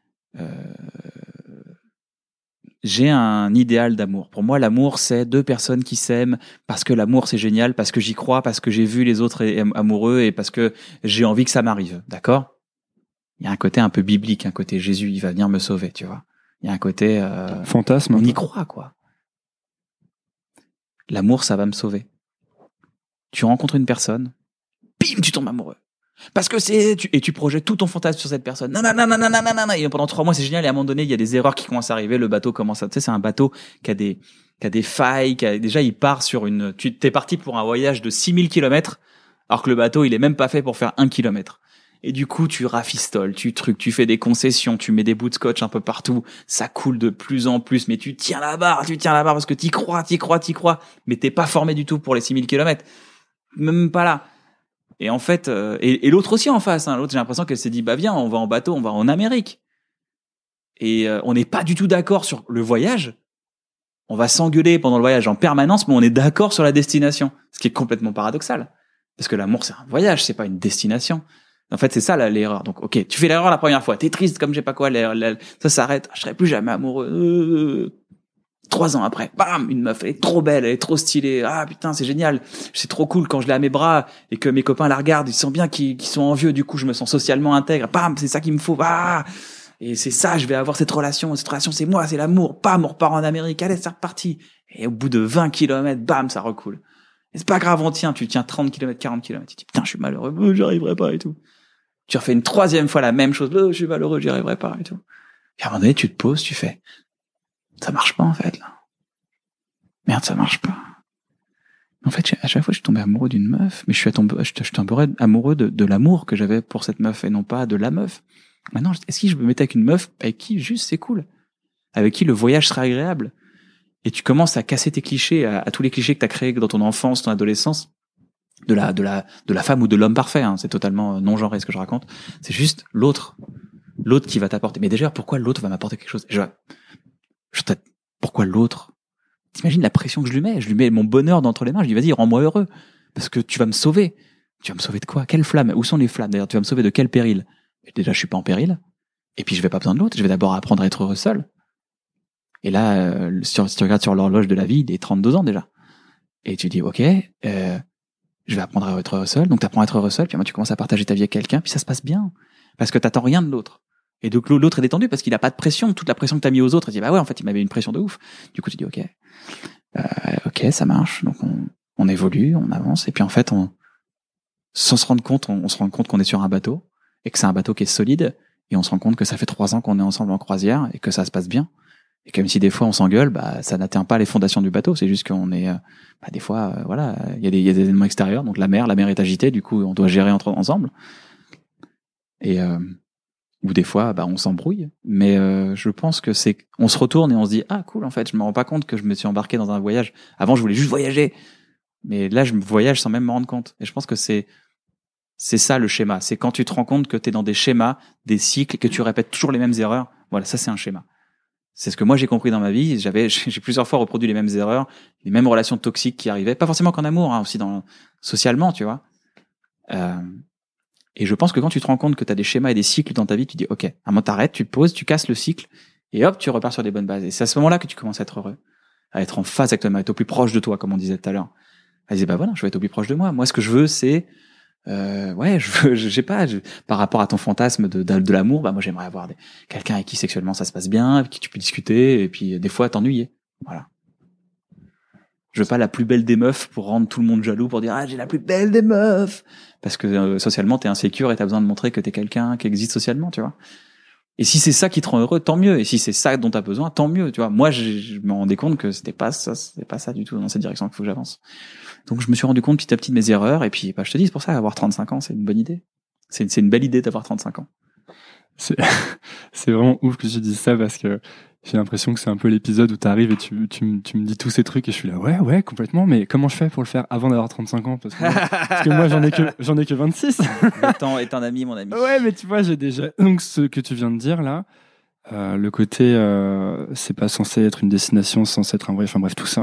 Speaker 1: j'ai un idéal d'amour. Pour moi, l'amour, c'est deux personnes qui s'aiment parce que l'amour, c'est génial, parce que j'y crois, parce que j'ai vu les autres amoureux et parce que j'ai envie que ça m'arrive. D'accord? Il y a un côté un peu biblique, un côté Jésus, il va venir me sauver, tu vois. Il y a un côté,
Speaker 3: fantasme.
Speaker 1: On y croit, quoi. L'amour, ça va me sauver. Tu rencontres une personne, bim, tu tombes amoureux. Parce que tu projettes tout ton fantasme sur cette personne. Non. Et pendant 3 mois, c'est génial. Et à un moment donné, il y a des erreurs qui commencent à arriver. Le bateau commence à, tu sais, c'est un bateau qui a des failles, déjà, il part sur t'es parti pour un voyage de 6000 km, alors que le bateau, il est même pas fait pour faire 1 km. Et du coup, tu rafistoles, tu fais des concessions, tu mets des bouts de scotch un peu partout, ça coule de plus en plus, mais tu tiens la barre parce que t'y crois, mais t'es pas formé du tout pour les 6000 km. Même pas là. Et en fait, et l'autre aussi en face, hein. L'autre, j'ai l'impression qu'elle s'est dit, bah viens, on va en bateau, on va en Amérique. Et on n'est pas du tout d'accord sur le voyage. On va s'engueuler pendant le voyage en permanence, mais on est d'accord sur la destination. Ce qui est complètement paradoxal. Parce que l'amour, c'est un voyage, c'est pas une destination. En fait, c'est ça l'erreur. Donc, ok, tu fais l'erreur la première fois, t'es triste comme je sais pas quoi, ça s'arrête, je serai plus jamais amoureux. 3 ans après, bam, une meuf, elle est trop belle, elle est trop stylée. Ah putain, c'est génial, c'est trop cool quand je l'ai à mes bras et que mes copains la regardent, ils sentent bien qu'ils sont envieux. Du coup, je me sens socialement intègre. Bam, c'est ça qu'il me faut. Ah, et c'est ça, je vais avoir cette relation. Cette relation, c'est moi, c'est l'amour. Bam, on repart en Amérique. Allez, c'est reparti. Et au bout de 20 km, bam, ça recoule. Et c'est pas grave, tu tiens 30 km, 40 km. Tu dis putain, je suis malheureux, j'y arriverai pas et tout. Tu refais une 3e fois la même chose. Je suis malheureux, j'y arriverai pas et tout. Et à un moment donné, tu te poses, tu fais, ça marche pas en fait là. Merde, ça marche pas. En fait, à chaque fois, je suis tombé amoureux d'une meuf, mais je suis tombé amoureux de l'amour que j'avais pour cette meuf et non pas de la meuf. Maintenant, est-ce que je me mettais avec une meuf avec qui juste c'est cool, avec qui le voyage sera agréable? Et tu commences à casser tes clichés, à tous les clichés que t'as créés dans ton enfance, ton adolescence, de la femme ou de l'homme parfait. Hein. C'est totalement non genré ce que je raconte. C'est juste l'autre qui va t'apporter. Mais déjà, pourquoi l'autre va m'apporter quelque chose? Pourquoi l'autre? T'imagines la pression que je lui mets? Je lui mets mon bonheur d'entre les mains. Je lui dis, vas-y, rends-moi heureux. Parce que tu vas me sauver. Tu vas me sauver de quoi? Quelle flamme? Où sont les flammes? D'ailleurs, tu vas me sauver de quel péril? Et déjà, je suis pas en péril. Et puis, je vais pas besoin de l'autre. Je vais d'abord apprendre à être heureux seul. Et là, si tu regardes sur l'horloge de la vie, il est 32 ans déjà. Et tu dis, ok, je vais apprendre à être heureux seul. Donc, t'apprends à être heureux seul. Puis, moi, tu commences à partager ta vie avec quelqu'un. Puis, ça se passe bien. Parce que t'attends rien de l'autre. Et donc, l'autre est détendu parce qu'il a pas de pression. Toute la pression que t'as mis aux autres, il dit, bah ouais, en fait, il m'avait une pression de ouf. Du coup, tu dis, ok, ça marche. Donc, on évolue, on avance. Et puis, en fait, sans se rendre compte, on se rend compte qu'on est sur un bateau et que c'est un bateau qui est solide. Et on se rend compte que ça fait 3 ans qu'on est ensemble en croisière et que ça se passe bien. Et que même si des fois on s'engueule, bah, ça n'atteint pas les fondations du bateau. C'est juste qu'on est, des fois, voilà, il y a des éléments extérieurs. Donc, la mer est agitée. Du coup, on doit gérer ensemble. Et, ou des fois, on s'embrouille. Mais je pense que on se retourne et on se dit, ah cool, en fait, je me rends pas compte que je me suis embarqué dans un voyage. Avant, je voulais juste voyager, mais là, je voyage sans même me rendre compte. Et je pense que c'est ça le schéma. C'est quand tu te rends compte que t'es dans des schémas, des cycles, que tu répètes toujours les mêmes erreurs. Voilà, ça c'est un schéma. C'est ce que moi j'ai compris dans ma vie. J'ai plusieurs fois reproduit les mêmes erreurs, les mêmes relations toxiques qui arrivaient. Pas forcément qu'en amour, hein, aussi socialement, tu vois. Et je pense que quand tu te rends compte que tu as des schémas et des cycles dans ta vie, tu dis, ok, à un moment t'arrêtes, tu te poses, tu casses le cycle, et hop, tu repars sur des bonnes bases. Et c'est à ce moment-là que tu commences à être heureux, à être en phase avec toi, à être au plus proche de toi, comme on disait tout à l'heure. Elle disait, voilà, je vais être au plus proche de moi. Moi, ce que je veux, c'est par rapport à ton fantasme de l'amour, moi j'aimerais avoir quelqu'un avec qui sexuellement ça se passe bien, avec qui tu peux discuter, et puis des fois t'ennuyer. Voilà. Je veux pas la plus belle des meufs pour rendre tout le monde jaloux, pour dire j'ai la plus belle des meufs, parce que socialement t'es insécure et t'as besoin de montrer que t'es quelqu'un qui existe socialement, tu vois. Et si c'est ça qui te rend heureux, tant mieux. Et si c'est ça dont t'as besoin, tant mieux, tu vois. Moi, je me rendais compte que c'était pas ça du tout dans cette direction qu'il faut que j'avance. Donc je me suis rendu compte petit à petit de mes erreurs, et puis je te dis, c'est pour ça, avoir 35 ans, c'est une bonne idée. C'est une belle idée d'avoir 35 ans.
Speaker 3: C'est vraiment ouf que tu dises ça, parce que j'ai l'impression que c'est un peu l'épisode où t'arrives et tu me dis tous ces trucs et je suis là, ouais, complètement, mais comment je fais pour le faire avant d'avoir 35 ans? Parce que moi, j'en ai que 26.
Speaker 1: Le temps est un ami, mon ami.
Speaker 3: Ouais, mais tu vois, j'ai déjà... Donc, ce que tu viens de dire, là, le côté, c'est pas censé être une destination, c'est censé être un vrai... Enfin bref, tout ça.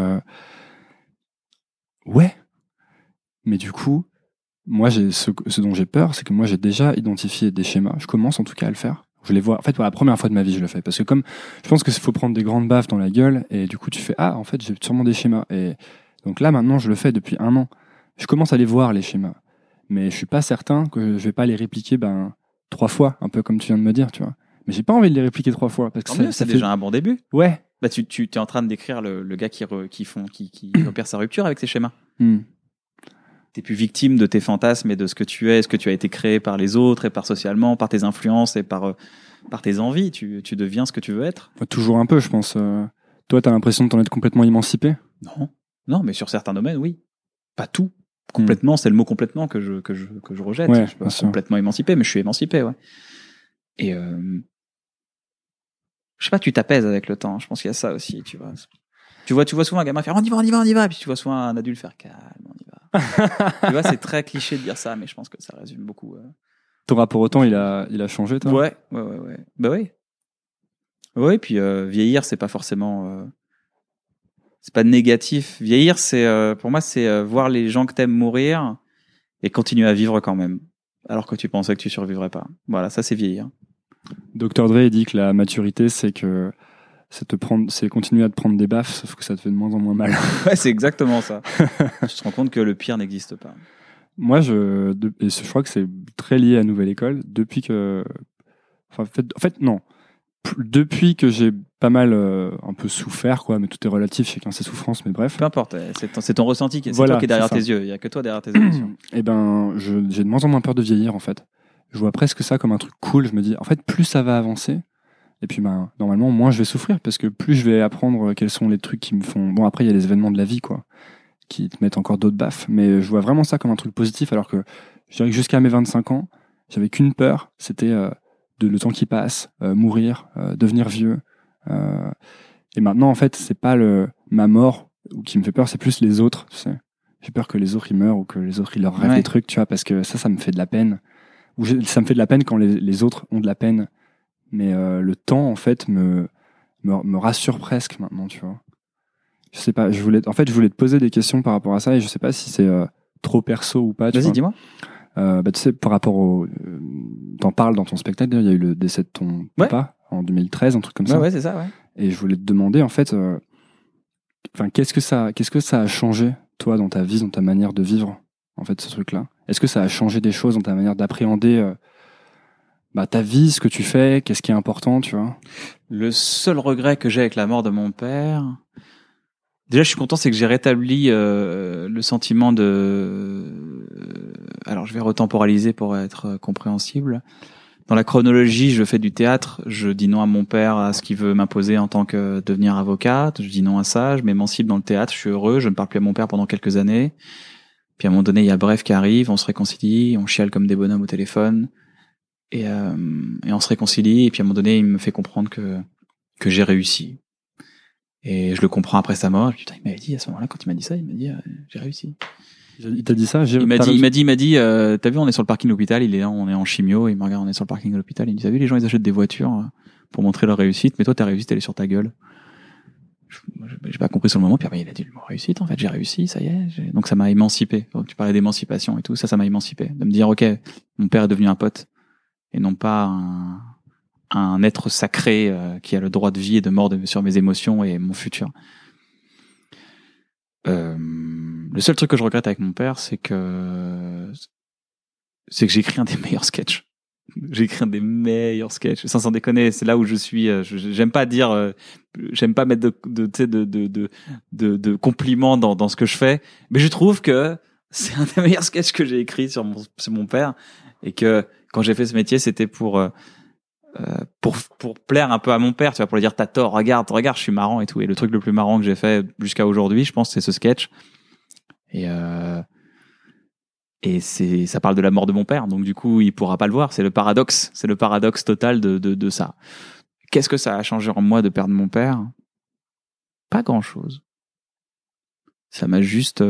Speaker 3: Ouais. Mais du coup, moi, ce dont j'ai peur, c'est que moi, j'ai déjà identifié des schémas. Je commence en tout cas à le faire. Je les vois. En fait, pour la première fois de ma vie, je le fais. Parce que comme je pense qu'il faut prendre des grandes baffes dans la gueule, et du coup, tu fais en fait, j'ai sûrement des schémas. Et donc là, maintenant, je le fais depuis 1 an. Je commence à les voir, les schémas. Mais je suis pas certain que je vais pas les répliquer 3 fois, un peu comme tu viens de me dire, tu vois. Mais j'ai pas envie de les répliquer 3 fois. Parce que
Speaker 1: ça fait déjà un bon début.
Speaker 3: Ouais.
Speaker 1: Tu es en train de décrire le gars qui opère sa rupture avec ses schémas. T'es plus victime de tes fantasmes et de ce que tu es, ce que tu as été créé par les autres et par socialement, par tes influences et par tes envies. Tu deviens ce que tu veux être.
Speaker 3: Toujours un peu, je pense. Toi, t'as l'impression de t'en être complètement émancipé?
Speaker 1: Non, mais sur certains domaines, oui. Pas tout. Complètement, c'est le mot complètement que je rejette.
Speaker 3: Ouais,
Speaker 1: je suis pas complètement émancipé, mais je suis émancipé, ouais. Et je sais pas, tu t'apaises avec le temps. Je pense qu'il y a ça aussi, tu vois. Tu vois souvent un gamin faire on y va, et puis tu vois souvent un adulte faire calme, on y va. Tu vois, c'est très cliché de dire ça, mais je pense que ça résume beaucoup.
Speaker 3: Ton rapport au temps, il a changé, toi?
Speaker 1: Ouais. Bah oui. Ouais, puis vieillir, c'est pas forcément. C'est pas négatif. Vieillir, pour moi, c'est voir les gens que t'aimes mourir et continuer à vivre quand même, alors que tu pensais que tu survivrais pas. Voilà, ça c'est vieillir.
Speaker 3: Dr. Dre dit que la maturité, c'est continuer à te prendre des baffes, sauf que ça te fait de moins en moins mal.
Speaker 1: Ouais, c'est exactement ça. Tu te rends compte que le pire n'existe pas.
Speaker 3: Moi, je crois que c'est très lié à Nouvelle École. Depuis que j'ai pas mal un peu souffert, quoi, mais tout est relatif, chacun ses souffrances, mais bref.
Speaker 1: Peu importe, c'est ton ressenti, c'est toi qui est derrière tes yeux, il n'y a que toi derrière tes émotions.
Speaker 3: Et j'ai de moins en moins peur de vieillir, en fait. Je vois presque ça comme un truc cool. Je me dis, en fait, plus ça va avancer, et puis normalement, moins je vais souffrir, parce que plus je vais apprendre quels sont les trucs qui me font... Bon, après, il y a les événements de la vie, quoi, qui te mettent encore d'autres baffes, mais je vois vraiment ça comme un truc positif, alors que je dirais que jusqu'à mes 25 ans, j'avais qu'une peur, c'était le temps qui passe, mourir, devenir vieux. Et maintenant, en fait, c'est pas ma mort qui me fait peur, c'est plus les autres, tu sais. J'ai peur que les autres ils meurent, ou que les autres ils leur rêvent des trucs, tu vois, parce que ça me fait de la peine. Ou ça me fait de la peine quand les autres ont de la peine. Mais le temps, en fait, me rassure presque maintenant, tu vois. Je sais pas, je voulais te poser des questions par rapport à ça, et je sais pas si c'est trop perso ou pas.
Speaker 1: Vas-y, dis-moi.
Speaker 3: Tu sais, par rapport au... T'en parles dans ton spectacle, il y a eu le décès de ton papa en 2013, un truc comme ça.
Speaker 1: Ouais, c'est ça, ouais.
Speaker 3: Et je voulais te demander, en fait, qu'est-ce que ça a changé, toi, dans ta vie, dans ta manière de vivre, en fait, ce truc-là? Est-ce que ça a changé des choses dans ta manière d'appréhender ta vie, ce que tu fais, qu'est-ce qui est important, tu vois?
Speaker 1: Le seul regret que j'ai avec la mort de mon père... Déjà, je suis content, c'est que j'ai rétabli le sentiment de... Alors, je vais retemporaliser pour être compréhensible. Dans la chronologie, je fais du théâtre, je dis non à mon père, à ce qu'il veut m'imposer en tant que devenir avocate, je dis non à ça, je m'émancipe dans le théâtre, je suis heureux, je ne parle plus à mon père pendant quelques années. Puis à un moment donné, il y a Bref qui arrive, on se réconcilie, on chiale comme des bonhommes au téléphone, et on se réconcilie, et puis à un moment donné, il me fait comprendre que j'ai réussi. Et je le comprends après sa mort. Putain, il m'avait dit à ce moment-là, quand il m'a dit ça, il m'a dit j'ai réussi.
Speaker 3: Il t'a dit ça?
Speaker 1: Il m'a dit, t'as vu, on est sur le parking de l'hôpital, il est là, on est en chimio, il me regarde, on est sur le parking de l'hôpital, il me dit, t'as vu, les gens ils achètent des voitures pour montrer leur réussite, mais toi ta réussite elle est sur ta gueule. J'ai pas compris sur le moment, puis après il a dit, réussite, en fait, j'ai réussi, ça y est. Donc ça m'a émancipé. Donc, tu parlais d'émancipation et tout, ça m'a émancipé. De me dire, ok, mon père est devenu un pote, et non pas un être sacré qui a le droit de vie et de mort sur mes émotions et mon futur. Le seul truc que je regrette avec mon père, c'est que c'est que j'écris un des meilleurs sketchs. J'écris un des meilleurs sketchs. Sans déconner, c'est là où je suis. J'aime pas dire, j'aime pas mettre de compliments dans ce que je fais, mais je trouve que c'est un des meilleurs sketchs que j'ai écrit sur mon père, et que quand j'ai fait ce métier, c'était pour plaire un peu à mon père, tu vois, pour lui dire t'as tort, regarde, je suis marrant et tout. Et le truc le plus marrant que j'ai fait jusqu'à aujourd'hui, je pense, c'est ce sketch. Et ça parle de la mort de mon père, donc du coup il pourra pas le voir. C'est le paradoxe total de ça. Qu'est-ce que ça a changé en moi de perdre mon père? Pas grand chose. Ça m'a juste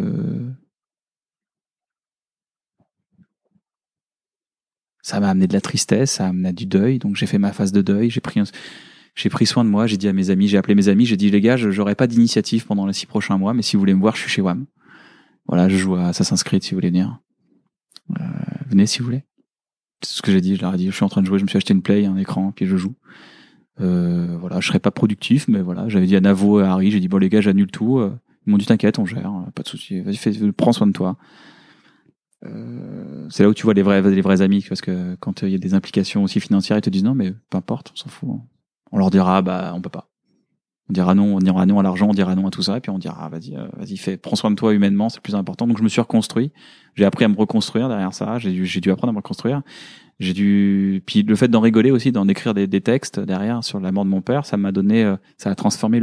Speaker 1: ça m'a amené de la tristesse, ça m'a amené du deuil, donc j'ai fait ma phase de deuil, j'ai pris soin de moi, j'ai dit à mes amis, j'ai appelé mes amis, j'ai dit les gars, j'aurai pas d'initiative pendant les 6 prochains mois, mais si vous voulez me voir, je suis chez WAM. Voilà, je joue à Assassin's Creed si vous voulez venir. Venez si vous voulez. C'est ce que j'ai dit, je leur ai dit, je suis en train de jouer, je me suis acheté une Play, un écran, puis je joue. Voilà, je serai pas productif, mais voilà, j'avais dit à Navo et à Harry, j'ai dit bon les gars, j'annule tout. Ils m'ont dit t'inquiète, on gère, pas de souci, vas-y, prends soin de toi. C'est là où tu vois les vrais amis, parce que quand il y a des implications aussi financières, ils te disent non mais peu importe, on s'en fout. On leur dira on peut pas. On dira non à l'argent, on dira non à tout ça, et puis on dira vas-y, prends soin de toi humainement, c'est le plus important. Donc je me suis reconstruit, j'ai appris à me reconstruire derrière ça, j'ai dû apprendre à me reconstruire. Puis le fait d'en rigoler aussi, d'en écrire des textes derrière sur la mort de mon père, ça m'a donné, ça a transformé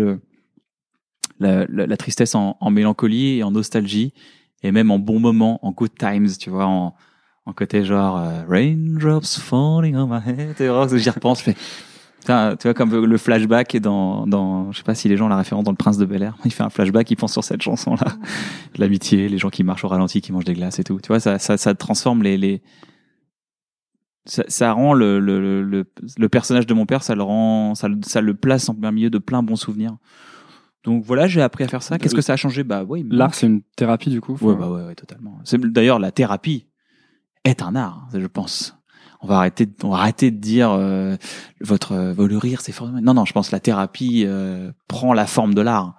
Speaker 1: la tristesse en mélancolie et en nostalgie, et même en bons moments, en good times, tu vois, en côté genre raindrops falling on my head. J'y repense, je fais tu vois, comme le flashback dans je sais pas si les gens ont la référence dans Le Prince de Bel-Air, il fait un flashback, il pense sur cette chanson là, l'amitié, les gens qui marchent au ralenti, qui mangent des glaces et tout, tu vois, ça transforme ça rend le personnage de mon père, ça le place en plein milieu de plein bons souvenirs. Donc voilà, j'ai appris à faire ça. Qu'est-ce que ça a changé? Bah oui,
Speaker 3: l'art c'est une thérapie du coup.
Speaker 1: Ouais, totalement. D'ailleurs la thérapie est un art, je pense. On va arrêter de dire le rire c'est formidable. Non, je pense que la thérapie prend la forme de l'art.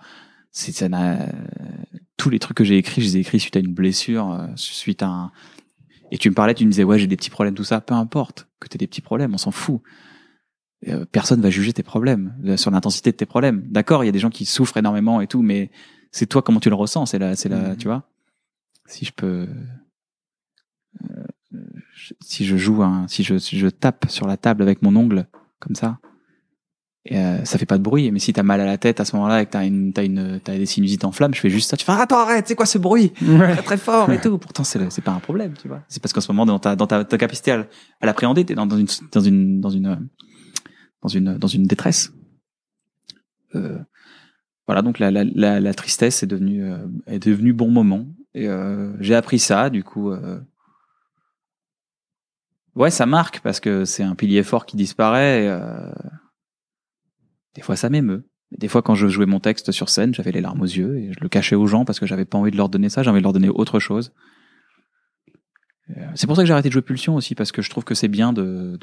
Speaker 1: Tous les trucs que j'ai écrits, je les ai écrits suite à une blessure, suite à et tu me disais ouais, j'ai des petits problèmes, tout ça, peu importe que t'aies des petits problèmes, on s'en fout. Personne va juger tes problèmes sur l'intensité de tes problèmes. D'accord, il y a des gens qui souffrent énormément et tout, mais c'est toi comment tu le ressens, c'est tu vois. Si je peux si je tape sur la table avec mon ongle comme ça, ça fait pas de bruit. Mais si t'as mal à la tête à ce moment-là et que t'as des sinusites en flammes, je fais juste ça. Tu fais attends, arrête, c'est quoi ce bruit très très fort et tout. Pourtant c'est pas un problème, tu vois. C'est parce qu'en ce moment dans ta capacité à l'appréhender, t'es dans une détresse. Voilà, donc la tristesse est devenue bon moment, et j'ai appris ça, du coup. Ouais, ça marque parce que c'est un pilier fort qui disparaît. Des fois, ça m'émeut. Des fois, quand je jouais mon texte sur scène, j'avais les larmes aux yeux et je le cachais aux gens parce que j'avais pas envie de leur donner ça. J'avais envie de leur donner autre chose. C'est pour ça que j'ai arrêté de jouer Pulsion aussi, parce que je trouve que c'est bien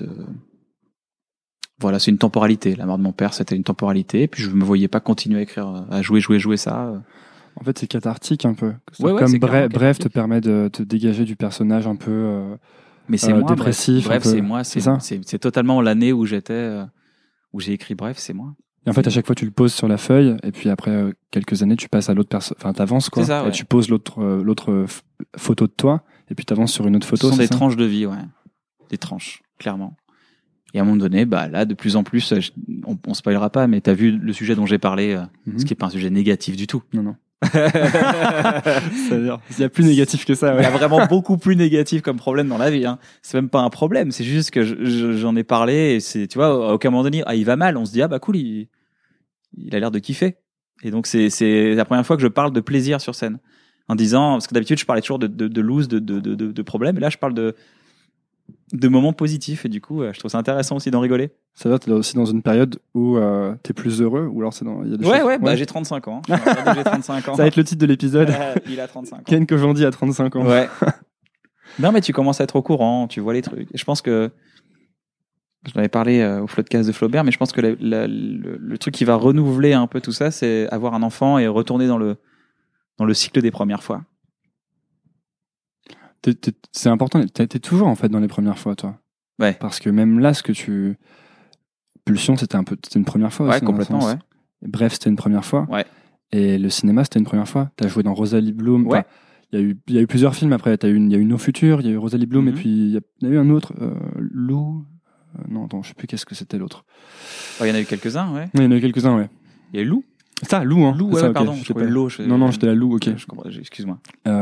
Speaker 1: voilà, c'est une temporalité. La mort de mon père, c'était une temporalité. Et puis je me voyais pas continuer à écrire, à jouer ça.
Speaker 3: En fait, c'est cathartique un peu. Comme Bref te permet de te dégager du personnage un peu.
Speaker 1: Mais c'est moi,
Speaker 3: dépressif.
Speaker 1: Bref, c'est moi. C'est totalement l'année où où j'ai écrit Bref, c'est moi.
Speaker 3: Et en fait, à chaque fois, tu le poses sur la feuille, et puis après quelques années, tu passes à l'autre personne. Enfin, t'avances quoi.
Speaker 1: C'est ça, ouais.
Speaker 3: Et tu poses l'autre photo de toi, et puis t'avances sur une autre photo.
Speaker 1: Ce sont des tranches de vie, ouais. Des tranches, clairement. Et à un moment donné, là, de plus en plus, on spoilera pas, mais t'as vu le sujet dont j'ai parlé, ce qui est pas un sujet négatif du tout.
Speaker 3: Non. C'est-à-dire, il y a plus négatif que ça. Ouais.
Speaker 1: Il y a vraiment beaucoup plus négatif comme problème dans la vie. Hein. C'est même pas un problème, c'est juste que j'en ai parlé et c'est, tu vois, à aucun moment donné, il va mal. On se dit cool, il a l'air de kiffer. Et donc c'est la première fois que je parle de plaisir sur scène, en disant, parce que d'habitude je parlais toujours de loose, de problèmes, et là je parle de moments positifs, et du coup je trouve ça intéressant aussi d'en rigoler.
Speaker 3: Ça va, t'es aussi dans une période où t'es plus heureux, ou alors il y a des
Speaker 1: choses... j'ai 35 ans. J'ai 35 ans.
Speaker 3: Ça va être le titre de l'épisode.
Speaker 1: Il a 35 ans.
Speaker 3: Ken Kojandi a 35 ans.
Speaker 1: Ouais. Non, mais tu commences à être au courant, tu vois les trucs. Et je pense que je l'avais parlé au Floodcast de Flaubert, mais je pense que le truc qui va renouveler un peu tout ça, c'est avoir un enfant et retourner dans le cycle des premières fois.
Speaker 3: c'est important. T'es toujours en fait dans les premières fois, toi.
Speaker 1: Ouais.
Speaker 3: Parce que même là, Pulsion, c'était une première fois.
Speaker 1: Ouais,
Speaker 3: aussi,
Speaker 1: complètement, ouais.
Speaker 3: Bref, c'était une première fois.
Speaker 1: Ouais.
Speaker 3: Et le cinéma, c'était une première fois. T'as joué dans Rosalie Bloom.
Speaker 1: Ouais.
Speaker 3: Il y a eu plusieurs films après. Il y a eu Nos Futurs, il y a eu Rosalie Bloom, et puis il y a eu un autre, Lou. Non, attends, je sais plus qu'est-ce que c'était l'autre.
Speaker 1: Il y en a eu quelques-uns, ouais.
Speaker 3: Il y en a eu quelques-uns, ouais.
Speaker 1: Il y a eu Lou.
Speaker 3: Ça, Lou, hein.
Speaker 1: Lou, ouais,
Speaker 3: ça,
Speaker 1: pardon.
Speaker 3: Okay.
Speaker 1: Lou,
Speaker 3: Non, j'étais la Lou, ok.
Speaker 1: Je comprends, excuse-moi.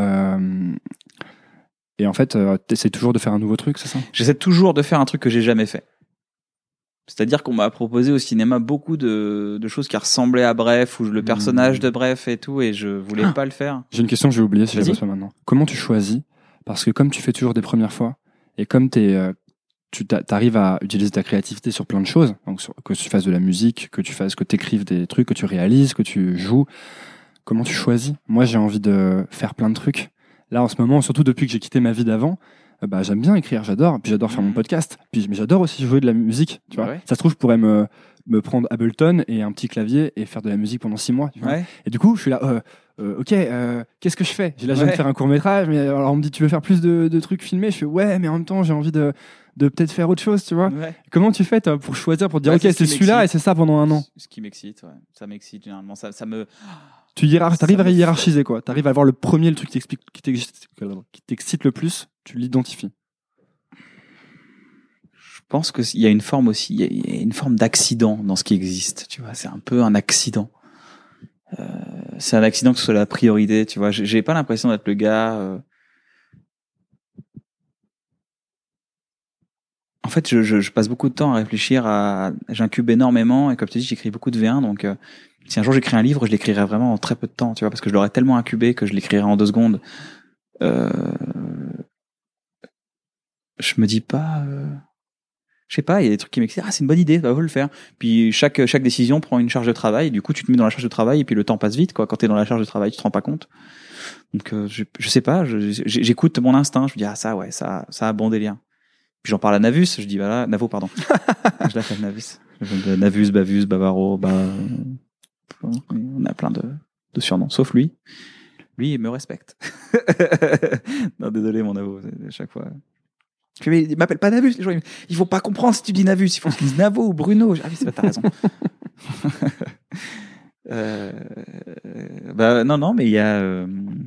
Speaker 3: Et en fait, t'essayes toujours de faire un nouveau truc, c'est ça ?
Speaker 1: J'essaie toujours de faire un truc que j'ai jamais fait. C'est-à-dire qu'on m'a proposé au cinéma beaucoup de choses qui ressemblaient à Bref, ou le personnage de Bref et tout, et je voulais pas le faire.
Speaker 3: J'ai une question que j'ai oubliée, si je la pose pas maintenant. Comment tu choisis ? Parce que comme tu fais toujours des premières fois, et comme tu arrives à utiliser ta créativité sur plein de choses, donc que tu fasses de la musique, que tu écrives des trucs, que tu réalises, que tu joues, comment tu choisis ? Moi, j'ai envie de faire plein de trucs. Là, en ce moment, surtout depuis que j'ai quitté ma vie d'avant, j'aime bien écrire, j'adore. Puis j'adore faire mon podcast. Mais j'adore aussi jouer de la musique. Tu vois. Ça se trouve, je pourrais me prendre Ableton et un petit clavier et faire de la musique pendant 6 mois. Tu vois.
Speaker 1: Ouais.
Speaker 3: Et du coup, je suis là, qu'est-ce que je fais ? Là, je viens de faire un court-métrage, mais alors on me dit, tu veux faire plus de trucs filmés ? Je fais, ouais, mais en même temps, j'ai envie de peut-être faire autre chose, tu vois.
Speaker 1: Ouais.
Speaker 3: Comment tu fais toi, pour choisir, pour dire, ok, c'est celui-là et c'est ça pendant un an ?
Speaker 1: Ce qui m'excite, ouais. Ça m'excite généralement. Ça me...
Speaker 3: T'arrives à hiérarchiser, quoi. T'arrives à voir le truc qui t'excite le plus, tu l'identifies.
Speaker 1: Je pense qu'il y a une forme aussi, il y a une forme d'accident dans ce qui existe, tu vois. C'est un peu un accident. C'est un accident que ce soit la priorité, tu vois. J'ai pas l'impression d'être le gars. En fait, je passe beaucoup de temps à réfléchir j'incube énormément, et comme tu dis, j'écris beaucoup de V1, donc si un jour j'écris un livre, je l'écrirai vraiment en très peu de temps, tu vois, parce que je l'aurais tellement incubé que je l'écrirai en 2 secondes. Je me dis pas, je sais pas, il y a des trucs qui m'excitent. Ah, c'est une bonne idée, faut le faire. Puis chaque décision prend une charge de travail. Du coup, tu te mets dans la charge de travail et puis le temps passe vite, quoi. Quand t'es dans la charge de travail, tu te rends pas compte. Donc, je sais pas, j'écoute mon instinct. Je me dis, ah, ça, ouais, ça a bon délire. Puis j'en parle à Navus. Je dis, voilà, Navo, pardon. Je l'appelle Navus. Navus, Bavus, Bavaro, on a plein de surnoms, sauf lui. Lui, il me respecte. Non, désolé, mon Navo, à chaque fois. Mais il m'appelle pas Navus, les gens, ils vont pas comprendre si tu dis Navus, il faut qu'ils disent Navo ou Bruno. Ah oui, c'est vrai, t'as raison. Non, mais il y a,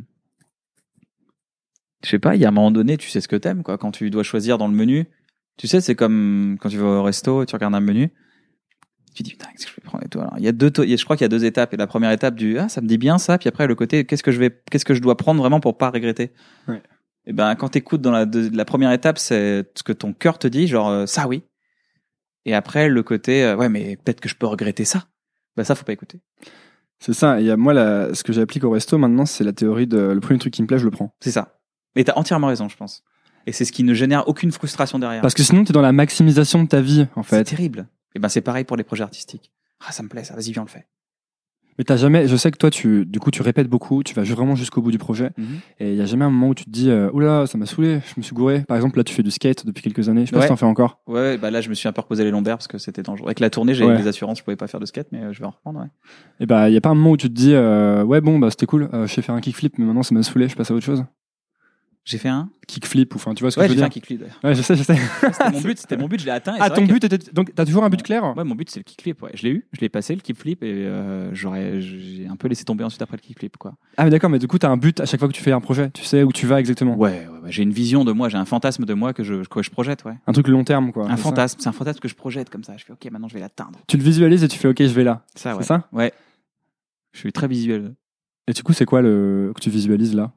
Speaker 1: je sais pas, il y a un moment donné, tu sais ce que t'aimes, quoi. Quand tu dois choisir dans le menu, tu sais, c'est comme quand tu vas au resto et tu regardes un menu, tu dis, putain, qu'est-ce que je vais prendre et tout. Alors, je crois qu'il y a 2 étapes. Et la première étape ça me dit bien ça. Puis après, le côté, qu'est-ce que je dois prendre vraiment pour pas regretter.
Speaker 3: Ouais.
Speaker 1: Et quand t'écoutes dans la première étape, c'est ce que ton cœur te dit, genre, ça oui. Et après, le côté, ouais, mais peut-être que je peux regretter ça. Ça, faut pas écouter.
Speaker 3: C'est ça. Et moi, ce que j'applique au resto maintenant, c'est la théorie de le premier truc qui me plaît, je le prends.
Speaker 1: C'est ça. Et t'as entièrement raison, je pense. Et c'est ce qui ne génère aucune frustration derrière.
Speaker 3: Parce que sinon, t'es dans la maximisation de ta vie, en fait.
Speaker 1: C'est terrible. Et c'est pareil pour les projets artistiques. Ah, ça me plaît, ça, vas-y, viens, on le fait.
Speaker 3: Mais t'as jamais, je sais que toi, tu répètes beaucoup, tu vas vraiment jusqu'au bout du projet. Et il y a jamais un moment où tu te dis, oula, ça m'a saoulé, je me suis gouré. Par exemple, là, tu fais du skate depuis quelques années. Je sais pas si t'en fais encore.
Speaker 1: Ouais, là, je me suis un peu reposé les lombaires parce que c'était dangereux. Avec la tournée, j'avais des assurances, je pouvais pas faire de skate, mais je vais en reprendre, ouais.
Speaker 3: Et il y a pas un moment où tu te dis, ouais, bon, c'était cool, je sais faire un kickflip, mais maintenant, ça m'a saoulé, je passe à autre chose.
Speaker 1: J'ai fait un
Speaker 3: kickflip, enfin, tu vois ce que je veux dire.
Speaker 1: Ouais, j'ai fait un kickflip d'ailleurs.
Speaker 3: Ouais, je sais.
Speaker 1: C'était mon but, je l'ai atteint.
Speaker 3: Ah, ton but était, donc, t'as toujours un but clair?
Speaker 1: Ouais, mon but, c'est le kickflip, ouais. Je l'ai passé, le kickflip, et j'ai un peu laissé tomber ensuite après le kickflip, quoi.
Speaker 3: Ah, mais d'accord, mais du coup, t'as un but à chaque fois que tu fais un projet, tu sais où tu vas exactement.
Speaker 1: Ouais, j'ai une vision de moi, j'ai un fantasme de moi que je projette, ouais.
Speaker 3: Un truc long terme, quoi.
Speaker 1: C'est un fantasme que je projette comme ça. Je fais, ok, maintenant je vais l'atteindre.
Speaker 3: Tu le visualises et tu fais, ok, je vais là.
Speaker 1: Ça, ouais.
Speaker 3: C'est ça?
Speaker 1: Ouais. Je suis très visuel.
Speaker 3: Et du coup, c'est quoi que tu visualises là?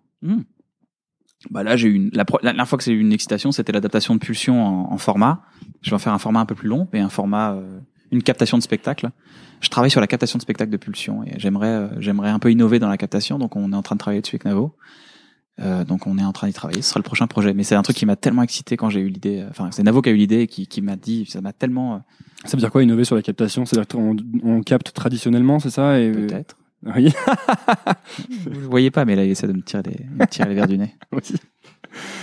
Speaker 1: Là, la dernière fois que j'ai eu une excitation, c'était l'adaptation de Pulsion en format. Je vais en faire un format un peu plus long, mais une captation de spectacle. Je travaille sur la captation de spectacle de Pulsion et j'aimerais un peu innover dans la captation, donc on est en train de travailler dessus avec Navo. Donc on est en train d'y travailler. Ce sera le prochain projet, mais c'est un truc qui m'a tellement excité quand j'ai eu l'idée. Enfin, c'est Navo qui a eu l'idée et qui m'a dit, ça m'a tellement.
Speaker 3: Ça veut dire quoi, innover sur la captation? C'est-à-dire qu'on capte traditionnellement, c'est ça?
Speaker 1: Peut-être.
Speaker 3: Oui.
Speaker 1: Vous le voyez pas, mais là, il essaie de me tirer les verres du nez.
Speaker 3: Oui.